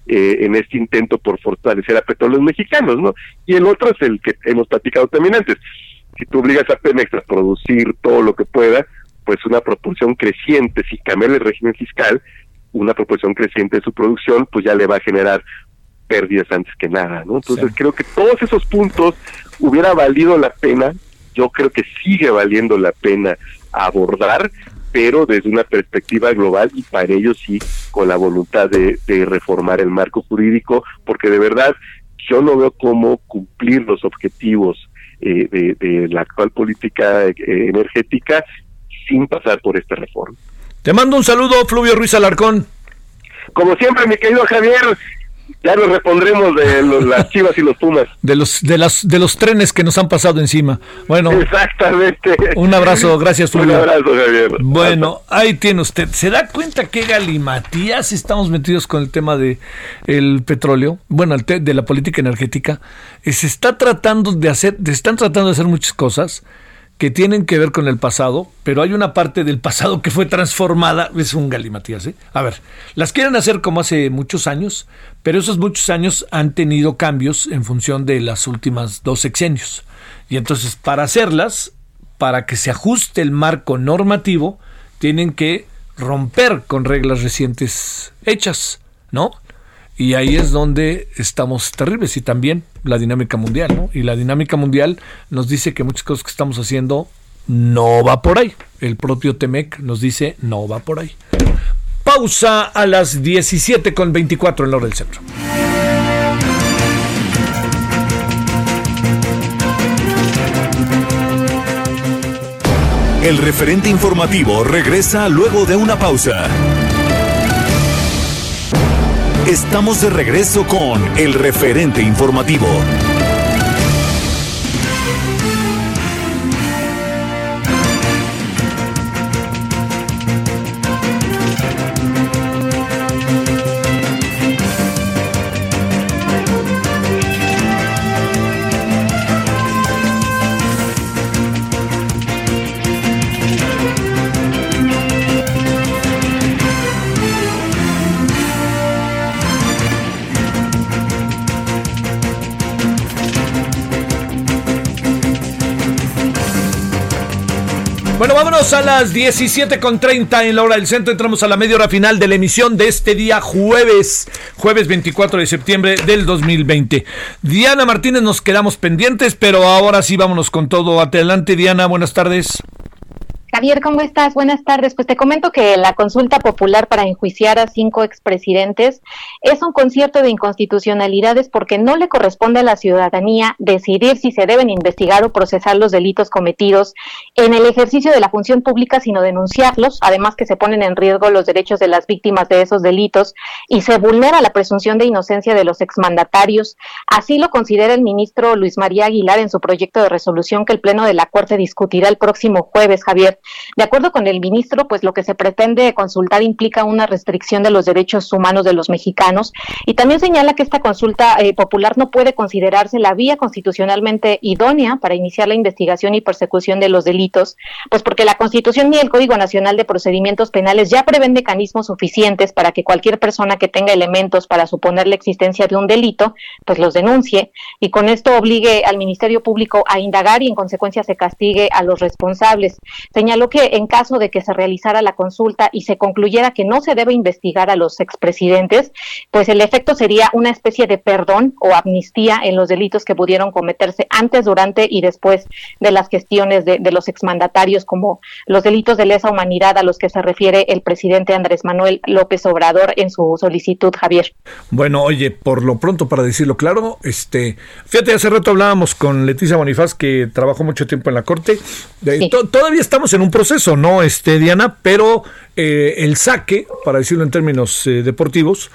[SPEAKER 11] en este intento por fortalecer a Petróleos Mexicanos, ¿no? Y el otro es el que hemos platicado también antes. Si tú obligas a Pemex a producir todo lo que pueda, pues una proporción creciente, si cambia el régimen fiscal, una proporción creciente de su producción, pues ya le va a generar pérdidas antes que nada, ¿no? Entonces creo que todos esos puntos hubiera valido la pena, yo creo que sigue valiendo la pena abordar, pero desde una perspectiva global y para ello sí con la voluntad de reformar el marco jurídico, porque de verdad yo no veo cómo cumplir los objetivos de la actual política energética sin pasar por esta reforma.
[SPEAKER 5] Te mando un saludo, Fluvio Ruiz Alarcón.
[SPEAKER 11] Como siempre, mi querido Javier, ya nos repondremos de las Chivas y los Pumas. De los trenes que nos han pasado encima. Bueno, exactamente. Un abrazo, gracias, Fluvio. Un abrazo, Javier. Bueno, ahí tiene usted. ¿Se da cuenta qué galimatías estamos metidos con el tema de el petróleo? Bueno, de la política energética. Están tratando de hacer muchas cosas que tienen que ver con el pasado, pero hay una parte del pasado que fue transformada, es un galimatías, ¿eh? A ver, las quieren hacer como hace muchos años, pero esos muchos años han tenido cambios en función de las últimas 2 sexenios. Y entonces, para hacerlas, para que se ajuste el marco normativo, tienen que romper con reglas recientes hechas, ¿no? Y ahí es donde estamos terribles, y también la dinámica mundial, ¿no? Y la dinámica mundial nos dice que muchas cosas que estamos haciendo no va por ahí. El propio TEMEC nos dice no va por ahí. Pausa a las 17:24 en la hora del centro.
[SPEAKER 4] El referente informativo regresa luego de una pausa. Estamos de regreso con el referente informativo.
[SPEAKER 5] Bueno, vámonos a las 17:30 en la hora del centro. Entramos a la media hora final de la emisión de este día jueves 24 de septiembre del 2020. Diana Martínez, nos quedamos pendientes, pero ahora sí vámonos con todo. Adelante, Diana, buenas tardes.
[SPEAKER 12] Javier, ¿cómo estás? Buenas tardes. Pues te comento que la consulta popular para enjuiciar a 5 expresidentes es un concierto de inconstitucionalidades porque no le corresponde a la ciudadanía decidir si se deben investigar o procesar los delitos cometidos en el ejercicio de la función pública, sino denunciarlos, además que se ponen en riesgo los derechos de las víctimas de esos delitos y se vulnera la presunción de inocencia de los exmandatarios. Así lo considera el ministro Luis María Aguilar en su proyecto de resolución que el Pleno de la Corte discutirá el próximo jueves, Javier. De acuerdo con el ministro, pues lo que se pretende consultar implica una restricción de los derechos humanos de los mexicanos y también señala que esta consulta popular no puede considerarse la vía constitucionalmente idónea para iniciar la investigación y persecución de los delitos, pues porque la Constitución ni el Código Nacional de Procedimientos Penales ya prevén mecanismos suficientes para que cualquier persona que tenga elementos para suponer la existencia de un delito, pues los denuncie y con esto obligue al Ministerio Público a indagar y en consecuencia se castigue a los responsables. Señaló que en caso de que se realizara la consulta y se concluyera que no se debe investigar a los expresidentes, pues el efecto sería una especie de perdón o amnistía en los delitos que pudieron cometerse antes, durante y después de las gestiones de los exmandatarios, como los delitos de lesa humanidad a los que se refiere el presidente Andrés Manuel López Obrador en su solicitud, Javier.
[SPEAKER 5] Bueno, oye, por lo pronto, para decirlo claro, fíjate, hace rato hablábamos con Leticia Bonifaz, que trabajó mucho tiempo en la Corte. Sí. Todavía estamos en un proceso, ¿no, Diana? Pero el saque, para decirlo en términos deportivos,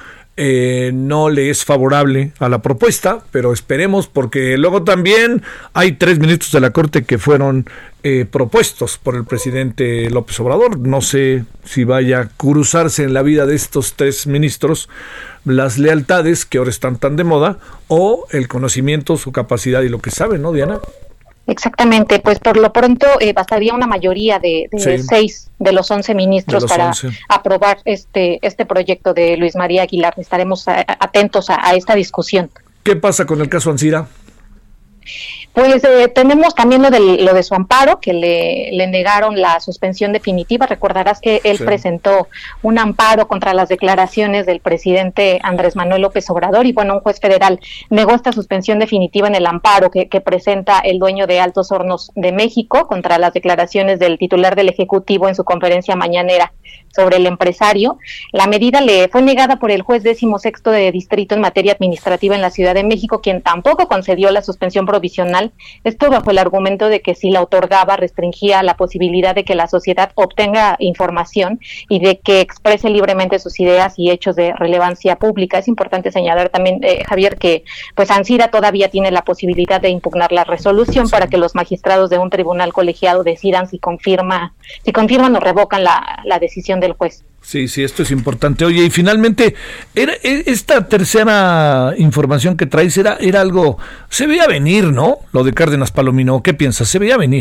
[SPEAKER 5] no le es favorable a la propuesta, pero esperemos, porque luego también hay 3 ministros de la Corte que fueron propuestos por el presidente López Obrador. No sé si vaya a cruzarse en la vida de estos 3 ministros las lealtades que ahora están tan de moda, o el conocimiento, su capacidad y lo que saben, ¿no, Diana?
[SPEAKER 12] Exactamente, pues por lo pronto bastaría una mayoría de 6 de los 11 ministros para aprobar este proyecto de Luis María Aguilar. Estaremos atentos a esta discusión.
[SPEAKER 5] ¿Qué pasa con el caso Ancira?
[SPEAKER 12] Pues tenemos también lo de su amparo, que le negaron la suspensión definitiva. Recordarás que él presentó un amparo contra las declaraciones del presidente Andrés Manuel López Obrador y bueno, un juez federal negó esta suspensión definitiva en el amparo que presenta el dueño de Altos Hornos de México contra las declaraciones del titular del Ejecutivo en su conferencia mañanera sobre el empresario. La medida le fue negada por el juez 16º de distrito en materia administrativa en la Ciudad de México, quien tampoco concedió la suspensión provisional. Esto bajo el argumento de que si la otorgaba restringía la posibilidad de que la sociedad obtenga información y de que exprese libremente sus ideas y hechos de relevancia pública. Es importante señalar también, Javier, que pues Ancira todavía tiene la posibilidad de impugnar la resolución para que los magistrados de un tribunal colegiado decidan si confirman o revocan la decisión del juez.
[SPEAKER 5] Sí, esto es importante. Oye, y finalmente, esta tercera información que traes era algo, se veía venir, ¿no? Lo de Cárdenas Palomino, ¿qué piensas? ¿Se veía venir?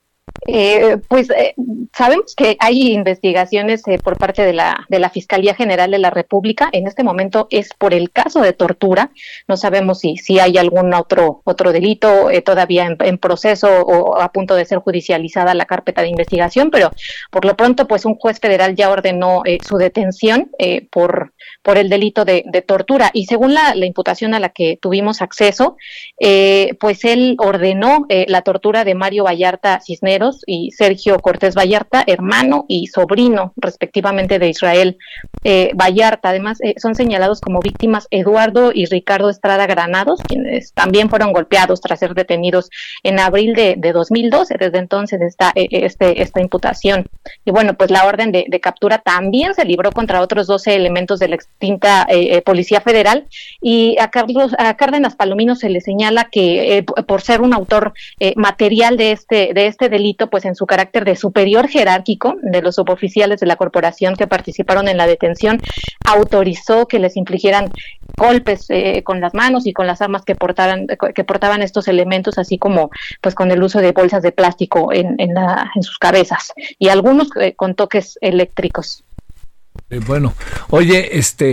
[SPEAKER 12] Sabemos que hay investigaciones por parte de la Fiscalía General de la República. En este momento es por el caso de tortura. No sabemos si hay algún otro delito todavía en proceso o a punto de ser judicializada la carpeta de investigación, pero por lo pronto pues un juez federal ya ordenó su detención por el delito de tortura, y según la imputación a la que tuvimos acceso, pues él ordenó la tortura de Mario Vallarta Cisneros y Sergio Cortés Vallarta, hermano y sobrino respectivamente de Israel Vallarta. Además son señalados como víctimas Eduardo y Ricardo Estrada Granados, quienes también fueron golpeados tras ser detenidos en abril de 2012. Desde entonces está esta imputación. Y bueno, pues la orden de captura también se libró contra otros 12 elementos de la extinta Policía Federal, y a Cárdenas Palomino se le señala que por ser un autor material de este delito, pues en su carácter de superior jerárquico de los suboficiales de la corporación que participaron en la detención, autorizó que les infligieran golpes con las manos y con las armas que portaban estos elementos, así como pues con el uso de bolsas de plástico en sus cabezas, y algunos con toques eléctricos.
[SPEAKER 5] Bueno, oye,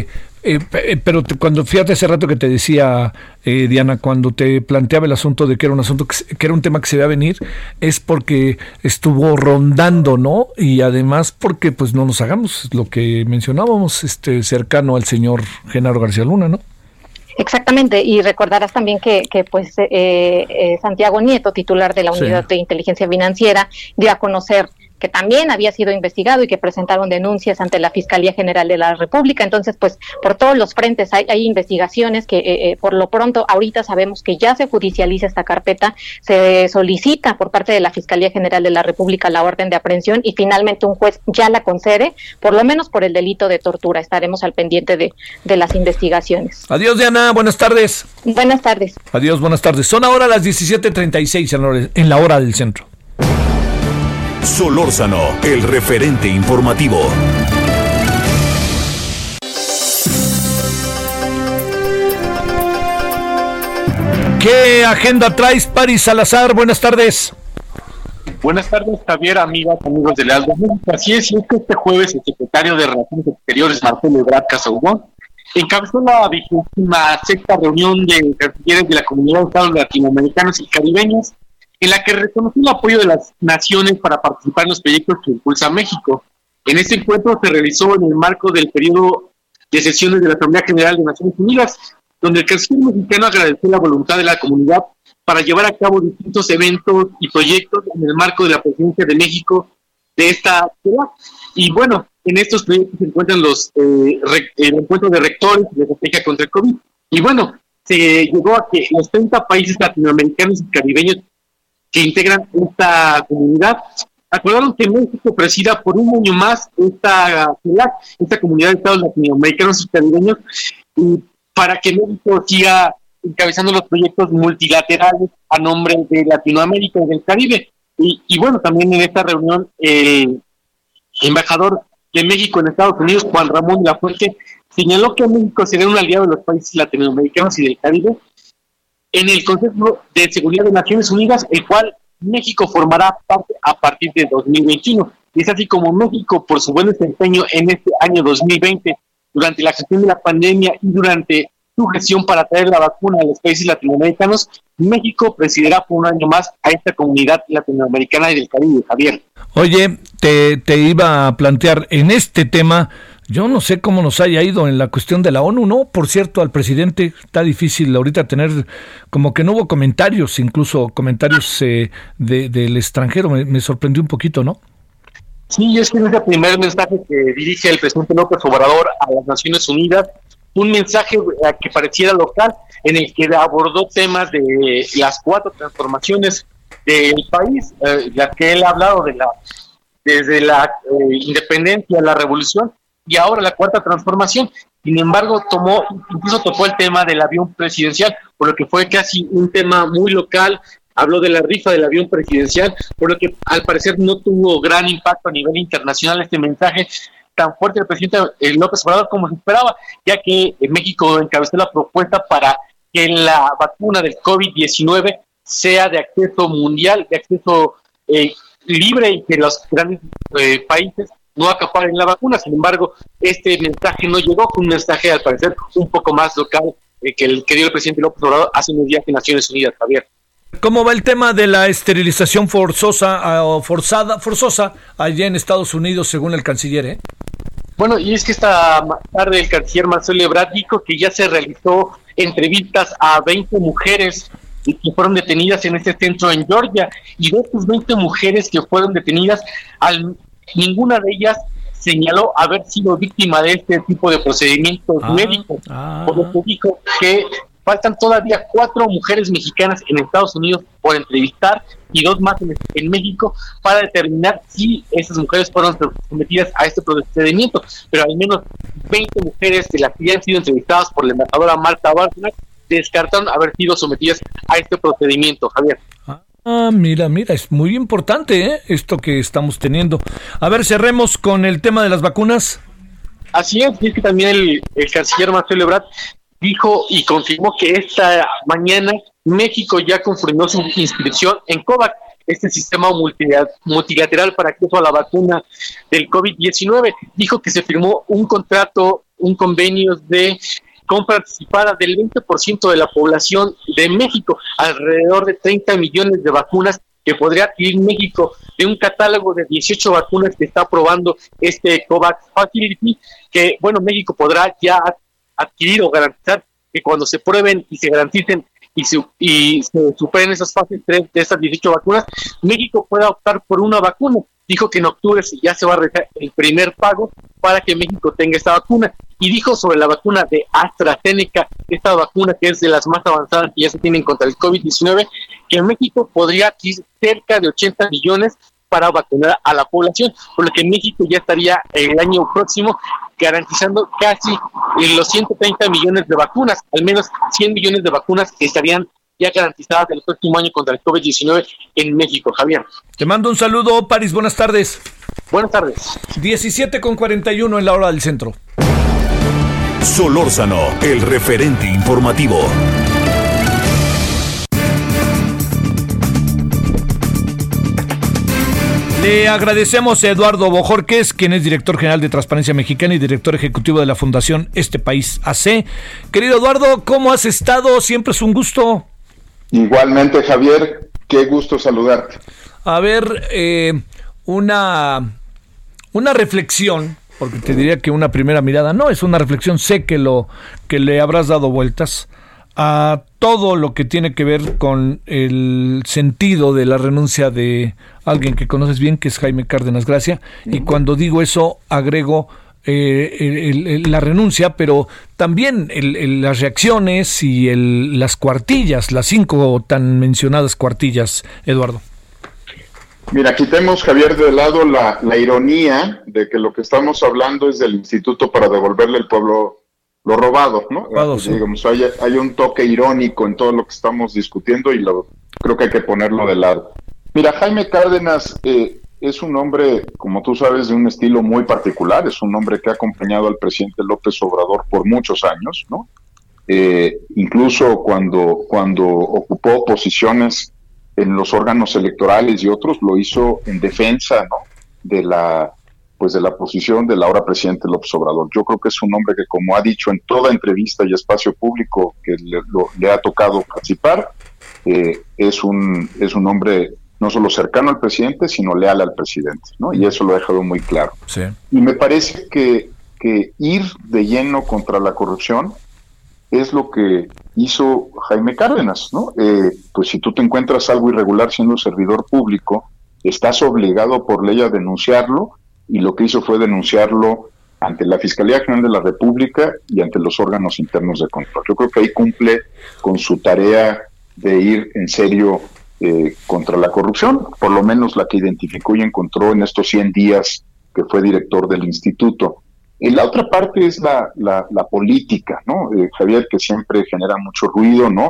[SPEAKER 5] pero cuando fíjate hace rato que te decía Diana, cuando te planteaba el asunto de que era un asunto que era un tema que se iba a venir, es porque estuvo rondando, ¿no? Y además porque pues no nos hagamos lo que mencionábamos, cercano al señor Genaro García Luna, ¿no?
[SPEAKER 12] Exactamente, y recordarás también que pues Santiago Nieto, titular de la Unidad de Inteligencia Financiera, dio a conocer que también había sido investigado y que presentaron denuncias ante la Fiscalía General de la República. Entonces, pues, por todos los frentes hay investigaciones que por lo pronto ahorita sabemos que ya se judicializa esta carpeta, se solicita por parte de la Fiscalía General de la República la orden de aprehensión y finalmente un juez ya la concede, por lo menos por el delito de tortura. Estaremos al pendiente de las investigaciones.
[SPEAKER 5] Adiós, Diana, buenas tardes.
[SPEAKER 12] Buenas tardes.
[SPEAKER 5] Adiós, buenas tardes. Son ahora las 17:36 en la hora del centro.
[SPEAKER 4] Solórzano, el referente informativo.
[SPEAKER 5] ¿Qué agenda traes, Paris Salazar? Buenas tardes.
[SPEAKER 13] Buenas tardes, Javier, amigas, amigos de Lealdo. Así es que este jueves el secretario de Relaciones Exteriores, Marcelo Ebrard Casaubon, encabezó la 26ª reunión de cancilleres de la Comunidad de Estados Latinoamericanos y Caribeños, en la que reconoció el apoyo de las naciones para participar en los proyectos que impulsa México. En este encuentro se realizó en el marco del periodo de sesiones de la Asamblea General de Naciones Unidas, donde el canciller mexicano agradeció la voluntad de la comunidad para llevar a cabo distintos eventos y proyectos en el marco de la presidencia de México de esta ciudad. Y bueno, en estos proyectos se encuentran el encuentro de rectores de la estrategia contra el COVID. Y bueno, se llegó a que los 30 países latinoamericanos y caribeños que integran esta comunidad acordaron que México presida por un año más esta comunidad de estados latinoamericanos y caribeños, y para que México siga encabezando los proyectos multilaterales a nombre de Latinoamérica y del Caribe. Y bueno, también en esta reunión el embajador de México en Estados Unidos, Juan Ramón de la Fuente, señaló que México sería un aliado de los países latinoamericanos y del Caribe en el Consejo de Seguridad de Naciones Unidas, el cual México formará parte a partir de 2021. Y es así como México, por su buen desempeño en este año 2020, durante la gestión de la pandemia y durante su gestión para traer la vacuna a los países latinoamericanos, México presidirá por un año más a esta comunidad latinoamericana y del Caribe, Javier.
[SPEAKER 5] Oye, te iba a plantear en este tema, yo no sé cómo nos haya ido en la cuestión de la ONU, ¿no? Por cierto, al presidente está difícil ahorita tener, como que no hubo comentarios, incluso comentarios del extranjero, me sorprendió un poquito, ¿no?
[SPEAKER 13] Sí, es que es el primer mensaje que dirige el presidente López Obrador a las Naciones Unidas, un mensaje que pareciera local, en el que abordó temas de las 4 transformaciones del país, las que él ha hablado desde la independencia, la revolución, y ahora la 4ª transformación. Sin embargo, incluso tocó el tema del avión presidencial, por lo que fue casi un tema muy local. Habló de la rifa del avión presidencial, por lo que al parecer no tuvo gran impacto a nivel internacional este mensaje tan fuerte del presidente López Obrador como se esperaba, ya que México encabezó la propuesta para que la vacuna del COVID-19 sea de acceso mundial, de acceso libre, y que los grandes países no acaparen la vacuna. Sin embargo, este mensaje no llegó, con un mensaje al parecer un poco más local que el que dio el presidente López Obrador hace unos días en Naciones Unidas, Javier.
[SPEAKER 5] ¿Cómo va el tema de la esterilización forzosa allá en Estados Unidos, según el canciller?
[SPEAKER 13] Bueno, y es que esta tarde el canciller Marcelo Ebrard dijo que ya se realizó entrevistas a 20 mujeres que fueron detenidas en este centro en Georgia, y de estas 20 mujeres que fueron detenidas, ninguna de ellas señaló haber sido víctima de este tipo de procedimientos médicos, por lo que dijo que faltan todavía 4 mujeres mexicanas en Estados Unidos por entrevistar y 2 más en México para determinar si esas mujeres fueron sometidas a este procedimiento. Pero al menos 20 mujeres de las que ya han sido entrevistadas por la embajadora Marta Bárcena descartaron haber sido sometidas a este procedimiento, Javier.
[SPEAKER 5] Mira, es muy importante esto que estamos teniendo. A ver, cerremos con el tema de las vacunas.
[SPEAKER 13] Así es, y es que también el canciller Marcelo Ebrard dijo y confirmó que esta mañana México ya confirmó su inscripción en COVAX, este sistema multilateral para acceso a la vacuna del COVID-19. Dijo que se firmó un convenio de compra anticipada del 20% de la población de México, alrededor de 30 millones de vacunas que podría adquirir México de un catálogo de 18 vacunas que está aprobando este COVAX Facility, que México podrá ya adquirir o garantizar que cuando se prueben y se garanticen y se superen esas fases 3 de estas 18 vacunas, México pueda optar por una vacuna. Dijo que en octubre ya se va a realizar el primer pago para que México tenga esta vacuna. Y dijo sobre la vacuna de AstraZeneca, esta vacuna que es de las más avanzadas que ya se tienen contra el COVID-19, que México podría adquirir cerca de 80 millones para vacunar a la población, por lo que México ya estaría el año próximo garantizando casi los 130 millones de vacunas, al menos 100 millones de vacunas que estarían ya garantizadas el próximo año contra el COVID-19 en México, Javier.
[SPEAKER 5] Te mando un saludo, París, buenas tardes.
[SPEAKER 13] Buenas tardes.
[SPEAKER 5] 17:41 en la hora del centro.
[SPEAKER 4] Solórzano, el referente informativo.
[SPEAKER 5] Le agradecemos a Eduardo Bojorquez, quien es director general de Transparencia Mexicana y director ejecutivo de la Fundación Este País AC. Querido Eduardo, ¿cómo has estado? Siempre es un gusto.
[SPEAKER 14] Igualmente, Javier, qué gusto saludarte.
[SPEAKER 5] A ver, una reflexión, porque te diría que una primera mirada no, es una reflexión, sé que le habrás dado vueltas a todo lo que tiene que ver con el sentido de la renuncia de alguien que conoces bien, que es Jaime Cárdenas Gracia, y cuando digo eso agrego la renuncia, pero también las reacciones y las cuartillas, las 5 tan mencionadas cuartillas, Eduardo.
[SPEAKER 14] Mira, quitemos, Javier, de lado la ironía de que lo que estamos hablando es del Instituto para devolverle al pueblo lo robado, ¿no?
[SPEAKER 5] Sí.
[SPEAKER 14] Digamos, hay un toque irónico en todo lo que estamos discutiendo y creo que hay que ponerlo de lado. Mira, Jaime Cárdenas es un hombre, como tú sabes, de un estilo muy particular, es un hombre que ha acompañado al presidente López Obrador por muchos años, ¿no? incluso cuando ocupó posiciones en los órganos electorales y otros, lo hizo en defensa, ¿no?, de la posición del ahora presidente López Obrador. Yo creo que es un hombre que, como ha dicho en toda entrevista y espacio público que le ha tocado participar, es un hombre no solo cercano al presidente, sino leal al presidente, ¿no? Y eso lo ha dejado muy claro.
[SPEAKER 5] Sí.
[SPEAKER 14] Y me parece que ir de lleno contra la corrupción es lo que hizo Jaime Cárdenas, ¿no? Pues si tú te encuentras algo irregular siendo servidor público, estás obligado por ley a denunciarlo, y lo que hizo fue denunciarlo ante la Fiscalía General de la República y ante los órganos internos de control. Yo creo que ahí cumple con su tarea de ir en serio contra la corrupción, por lo menos la que identificó y encontró en estos 100 días que fue director del instituto. Y la otra parte es la política, ¿no? Javier, que siempre genera mucho ruido, ¿no?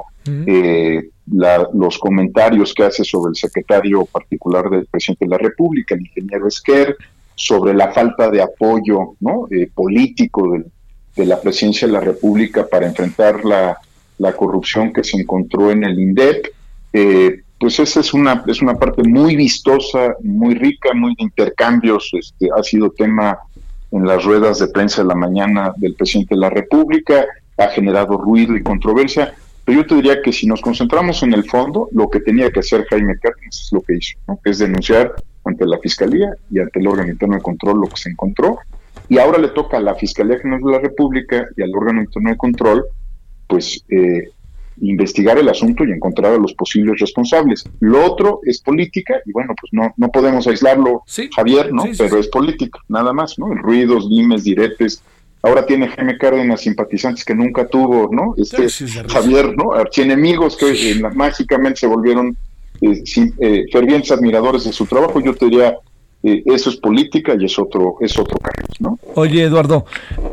[SPEAKER 14] Los comentarios que hace sobre el secretario particular del presidente de la República, el ingeniero Esquer, sobre la falta de apoyo, ¿no?, político de la presidencia de la República para enfrentar la corrupción que se encontró en el INDEP. Pues esa es una parte muy vistosa, muy rica, muy de intercambios. Ha sido tema en las ruedas de prensa de la mañana del presidente de la República, ha generado ruido y controversia, pero yo te diría que si nos concentramos en el fondo, lo que tenía que hacer Jaime Cárdenas es lo que hizo, ¿no?, que es denunciar ante la Fiscalía y ante el órgano interno de control lo que se encontró, y ahora le toca a la Fiscalía General de la República y al órgano interno de control, pues, investigar el asunto y encontrar a los posibles responsables. Lo otro es política, y bueno, pues no podemos aislarlo, sí, Javier, ¿no? Sí, pero es política, nada más, ¿no? El ruidos, dimes, diretes. Ahora tiene Jaime Cárdenas simpatizantes que nunca tuvo, ¿no? Javier, ¿no? Archienemigos que mágicamente se volvieron fervientes admiradores de su trabajo. Yo te diría, eso es política y es otro carril, ¿no?
[SPEAKER 5] Oye, Eduardo,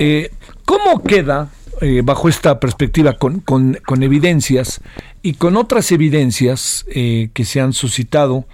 [SPEAKER 5] ¿cómo queda, bajo esta perspectiva, con evidencias y con otras evidencias que se han suscitado,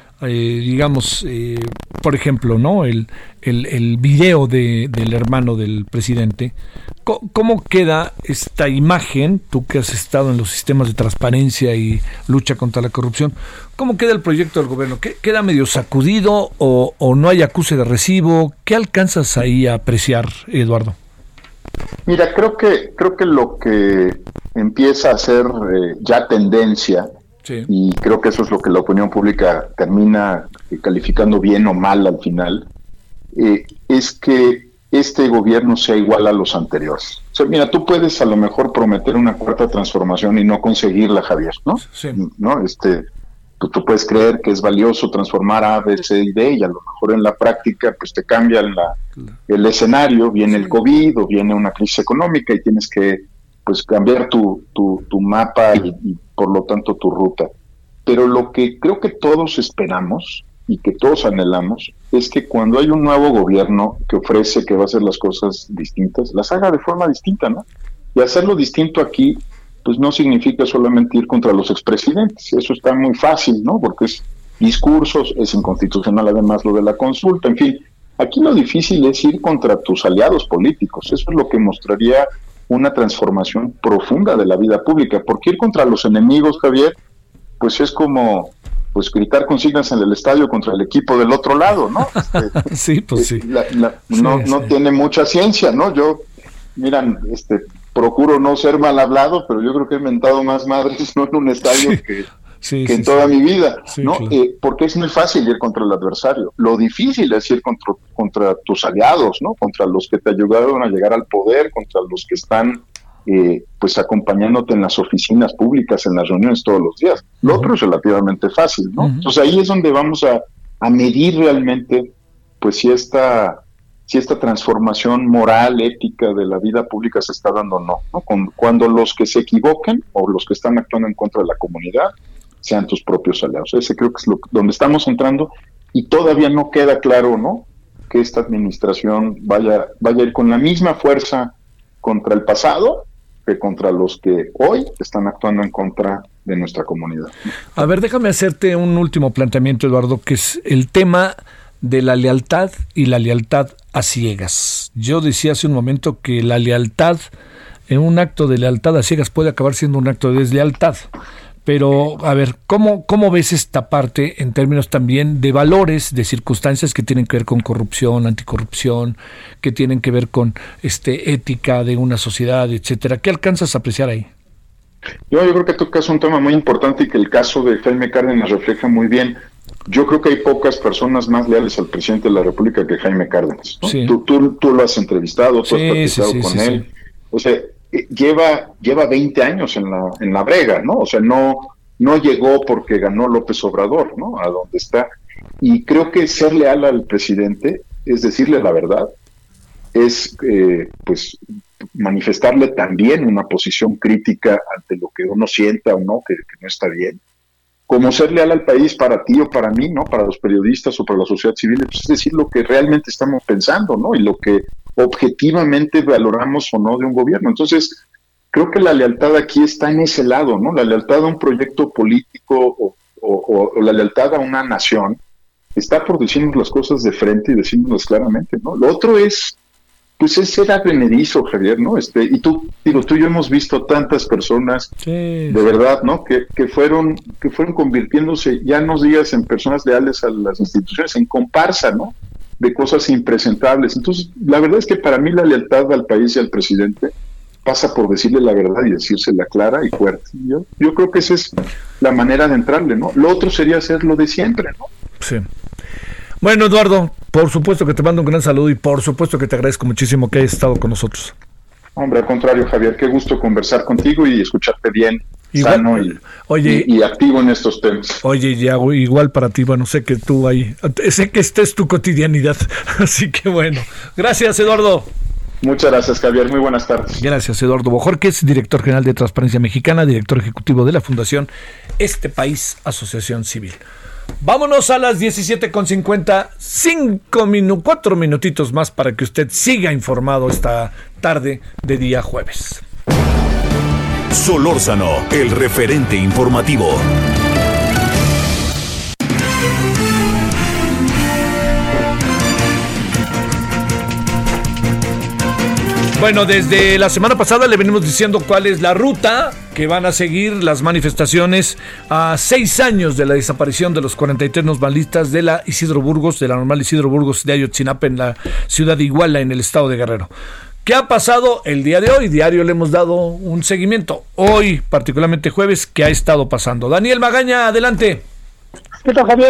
[SPEAKER 5] digamos, por ejemplo, ¿no?, el video del hermano del presidente? ¿Cómo queda esta imagen, tú que has estado en los sistemas de transparencia y lucha contra la corrupción? ¿Cómo queda el proyecto del gobierno? ¿Queda medio sacudido o no hay acuse de recibo? ¿Qué alcanzas ahí a apreciar, Eduardo?
[SPEAKER 14] Mira, creo que lo que empieza a ser ya tendencia, sí, y creo que eso es lo que la opinión pública termina calificando bien o mal al final, es que este gobierno sea igual a los anteriores. O sea, mira, tú puedes a lo mejor prometer una cuarta transformación y no conseguirla, Javier, ¿no? Sí. ¿No? Tú puedes creer que es valioso transformar A, B, C y D, y a lo mejor en la práctica pues te cambia el escenario, viene el COVID o viene una crisis económica y tienes que pues cambiar tu mapa y por lo tanto tu ruta. Pero lo que creo que todos esperamos y que todos anhelamos es que cuando hay un nuevo gobierno que ofrece que va a hacer las cosas distintas, las haga de forma distinta, ¿no? Y hacerlo distinto aquí pues no significa solamente ir contra los expresidentes. Eso está muy fácil, ¿no? Porque es discursos, es inconstitucional además lo de la consulta, en fin. Aquí lo difícil es ir contra tus aliados políticos. Eso es lo que mostraría una transformación profunda de la vida pública. Porque ir contra los enemigos, Javier, pues es como pues gritar consignas en el estadio contra el equipo del otro lado, ¿no?
[SPEAKER 5] Sí, pues sí.
[SPEAKER 14] No tiene mucha ciencia, ¿no? Yo, miran, procuro no ser mal hablado, pero yo creo que he mentado más madres, ¿no?, en un estadio que en toda mi vida, ¿no? Claro. Porque es muy fácil ir contra el adversario. Lo difícil es ir contra tus aliados, ¿no? Contra los que te ayudaron a llegar al poder, contra los que están pues acompañándote en las oficinas públicas, en las reuniones todos los días. Lo otro es relativamente fácil, ¿no? Entonces ahí es donde vamos a medir realmente pues si esta transformación moral, ética de la vida pública se está dando o no, ¿no? Cuando los que se equivoquen o los que están actuando en contra de la comunidad sean tus propios aliados. Ese creo que es donde estamos entrando, y todavía no queda claro, ¿no?, que esta administración vaya a ir con la misma fuerza contra el pasado que contra los que hoy están actuando en contra de nuestra comunidad.
[SPEAKER 5] A ver, déjame hacerte un último planteamiento, Eduardo, que es el tema de la lealtad y la lealtad a ciegas. Yo decía hace un momento que la lealtad un acto de lealtad a ciegas puede acabar siendo un acto de deslealtad. Pero, a ver, ¿cómo ves esta parte en términos también de valores, de circunstancias que tienen que ver con corrupción, anticorrupción, que tienen que ver con ética de una sociedad, etcétera? ¿Qué alcanzas a apreciar ahí?
[SPEAKER 14] Yo creo que tocas un tema muy importante y que el caso de Jaime Cárdenas refleja muy bien. Yo creo que hay pocas personas más leales al presidente de la República que Jaime Cárdenas, ¿no? Sí. Tú lo has entrevistado, tú has participado con él. O sea, lleva 20 años en la brega, ¿no? O sea, no llegó porque ganó López Obrador, ¿no? A donde está. Y creo que ser leal al presidente es decirle la verdad, es pues manifestarle también una posición crítica ante lo que uno sienta o no, que no está bien. Como ser leal al país para ti o para mí, ¿no? Para los periodistas o para la sociedad civil, pues es decir lo que realmente estamos pensando, ¿no? Y lo que objetivamente valoramos o no de un gobierno. Entonces, creo que la lealtad aquí está en ese lado, ¿no? La lealtad a un proyecto político o la lealtad a una nación está por decirnos las cosas de frente y decirnos claramente, ¿no? Lo otro es ser advenedizo, Javier, ¿no? Y tú y yo hemos visto tantas personas, de verdad, ¿no? Que fueron convirtiéndose, ya no digas en personas leales a las instituciones, en comparsa, ¿no? De cosas impresentables. Entonces, la verdad es que para mí la lealtad al país y al presidente pasa por decirle la verdad y decírsela clara y fuerte. Yo creo que esa es la manera de entrarle, ¿no? Lo otro sería hacer lo de siempre, ¿no?
[SPEAKER 5] Sí. Bueno, Eduardo, por supuesto que te mando un gran saludo y por supuesto que te agradezco muchísimo que hayas estado con nosotros.
[SPEAKER 14] Hombre, al contrario, Javier, qué gusto conversar contigo y escucharte bien, sano y activo en estos temas.
[SPEAKER 5] Oye, Yago, igual para ti, bueno, sé que esta es tu cotidianidad, así que bueno, gracias, Eduardo.
[SPEAKER 14] Muchas gracias, Javier, muy buenas tardes.
[SPEAKER 5] Gracias, Eduardo Bojorquez, director general de Transparencia Mexicana, director ejecutivo de la Fundación Este País Asociación Civil. Vámonos a las 17:50, 4 minutitos más para que usted siga informado esta tarde de día jueves.
[SPEAKER 4] Solórzano, el referente informativo.
[SPEAKER 5] Bueno, desde la semana pasada le venimos diciendo cuál es la ruta que van a seguir las manifestaciones a 6 años de la desaparición de los 43 normalistas de la Isidro Burgos, de la normal Isidro Burgos de Ayotzinapa en la ciudad de Iguala, en el estado de Guerrero. ¿Qué ha pasado el día de hoy? Diario le hemos dado un seguimiento. Hoy, particularmente jueves, ¿qué ha estado pasando? Daniel Magaña, adelante.
[SPEAKER 15] ¿Qué tal, Javier?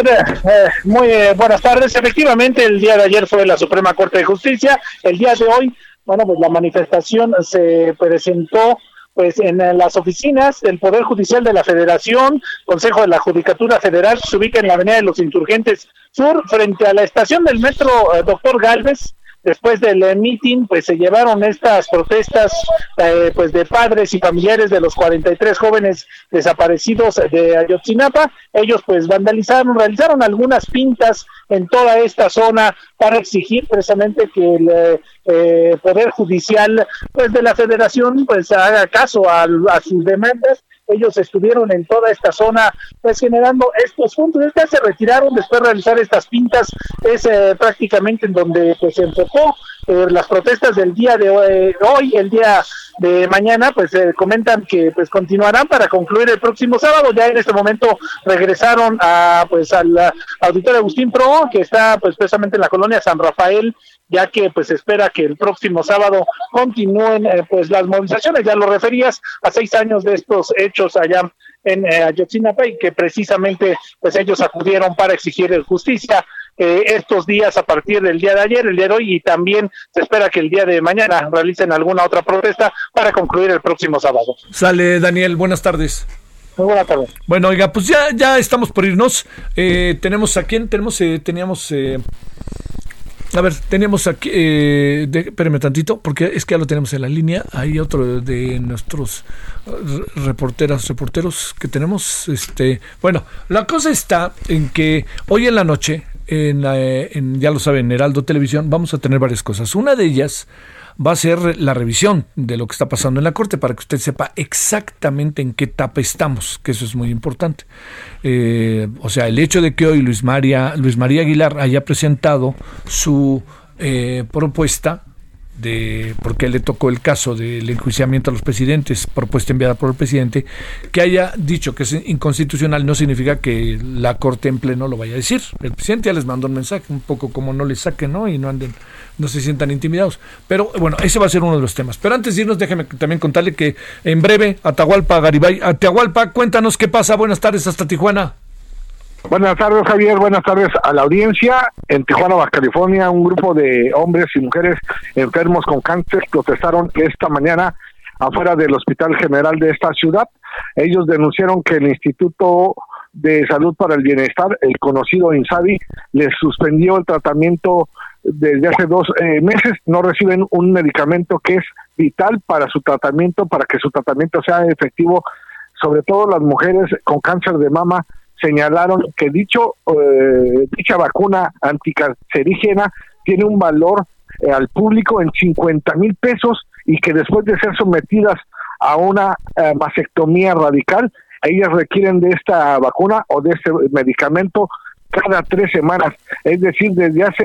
[SPEAKER 15] Muy buenas tardes. Efectivamente, el día de ayer fue la Suprema Corte de Justicia. El día de hoy, bueno, pues la manifestación se presentó pues en las oficinas del Poder Judicial de la Federación. Consejo de la Judicatura Federal se ubica en la Avenida de los Insurgentes Sur, frente a la estación del metro Doctor Gálvez. Después del meeting, pues se llevaron estas protestas pues de padres y familiares de los 43 jóvenes desaparecidos de Ayotzinapa. Ellos pues realizaron algunas pintas en toda esta zona para exigir precisamente que el Poder Judicial pues de la Federación pues haga caso a sus demandas. Ellos estuvieron en toda esta zona pues generando estos puntos. Estas se retiraron después de realizar estas pintas. Es prácticamente en donde pues se enfocó las protestas del día de hoy. El día de mañana pues comentan que pues continuarán para concluir el próximo sábado. Ya en este momento regresaron al auditorio Agustín Pro, que está pues precisamente en la colonia San Rafael, ya que pues espera que el próximo sábado continúen pues las movilizaciones. Ya lo referías, a 6 años de estos hechos allá en Ayotzinapa, y que precisamente pues ellos acudieron para exigir justicia estos días a partir del día de ayer, el día de hoy, y también se espera que el día de mañana realicen alguna otra protesta para concluir el próximo sábado.
[SPEAKER 5] Sale, Daniel, buenas tardes.
[SPEAKER 15] Muy buenas tardes.
[SPEAKER 5] Bueno, oiga, pues ya estamos por irnos. Tenemos a quién, teníamos aquí, espérame tantito, porque es que ya lo tenemos en la línea. Hay otro de nuestros reporteros que tenemos. Bueno, la cosa está en que hoy en la noche, ya lo saben, Heraldo Televisión, vamos a tener varias cosas. Una de ellas va a ser la revisión de lo que está pasando en la Corte, para que usted sepa exactamente en qué etapa estamos, que eso es muy importante. O sea, el hecho de que hoy Luis María Aguilar haya presentado su propuesta porque le tocó el caso del enjuiciamiento a los presidentes, propuesta enviada por el presidente, que haya dicho que es inconstitucional no significa que la Corte en pleno lo vaya a decir. El presidente ya les mandó un mensaje, un poco como no les saquen, ¿no? Y no se sientan intimidados. Pero bueno, ese va a ser uno de los temas. Pero antes de irnos, déjeme también contarle que en breve, Atahualpa Garibay, Atahualpa, cuéntanos qué pasa. Buenas tardes hasta Tijuana.
[SPEAKER 16] Buenas tardes, Javier. Buenas tardes a la audiencia. En Tijuana, Baja California, un grupo de hombres y mujeres enfermos con cáncer protestaron esta mañana afuera del Hospital General de esta ciudad. Ellos denunciaron que el Instituto de Salud para el Bienestar, el conocido INSABI, les suspendió el tratamiento desde hace 2 meses. No reciben un medicamento que es vital para su tratamiento, para que su tratamiento sea efectivo. Sobre todo las mujeres con cáncer de mama señalaron que dicha vacuna anticancerígena tiene un valor al público en 50,000 pesos y que después de ser sometidas a una mastectomía radical, ellas requieren de esta vacuna o de este medicamento cada 3 semanas. Es decir, desde hace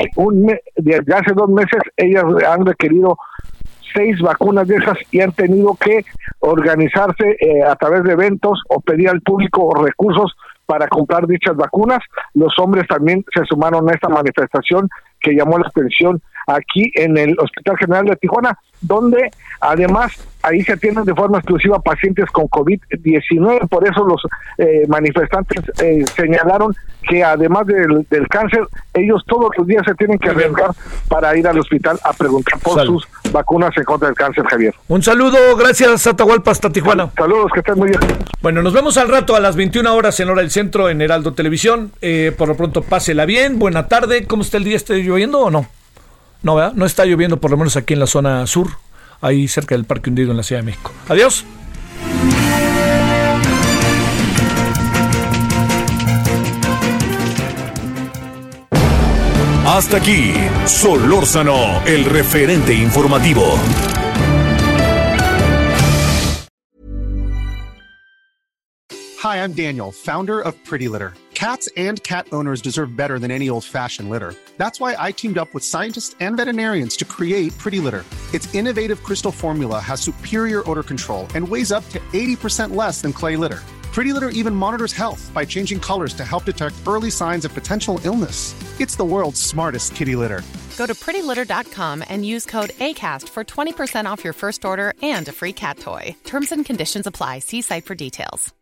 [SPEAKER 16] 2 meses ellas han requerido 6 vacunas de esas y han tenido que organizarse a través de eventos o pedir al público recursos para comprar dichas vacunas. Los hombres también se sumaron a esta manifestación que llamó la atención aquí en el Hospital General de Tijuana, donde además ahí se atienden de forma exclusiva pacientes con COVID-19. Por eso los manifestantes señalaron que además del cáncer, ellos todos los días se tienen que arriesgar para ir al hospital a preguntar por sus vacunas en contra del cáncer, Javier.
[SPEAKER 5] Un saludo, gracias Atahualpa hasta Tijuana.
[SPEAKER 16] Saludos, que estén muy bien.
[SPEAKER 5] Bueno, nos vemos al rato a las 21 horas en Hora del Centro en Heraldo Televisión. Por lo pronto, pásela bien, buena tarde. ¿Cómo está el día? ¿Está lloviendo o no? No, ¿verdad? No está lloviendo, por lo menos aquí en la zona sur, ahí cerca del Parque Hundido en la Ciudad de México. Adiós.
[SPEAKER 4] Hasta aquí, Solórzano, el referente informativo.
[SPEAKER 17] Hi, I'm Daniel, founder of Pretty Litter. Cats and cat owners deserve better than any old-fashioned litter. That's why I teamed up with scientists and veterinarians to create Pretty Litter. Its innovative crystal formula has superior odor control and weighs up to 80% less than clay litter. Pretty Litter even monitors health by changing colors to help detect early signs of potential illness. It's the world's smartest kitty litter.
[SPEAKER 18] Go to prettylitter.com and use code ACAST for 20% off your first order and a free cat toy. Terms and conditions apply. See site for details.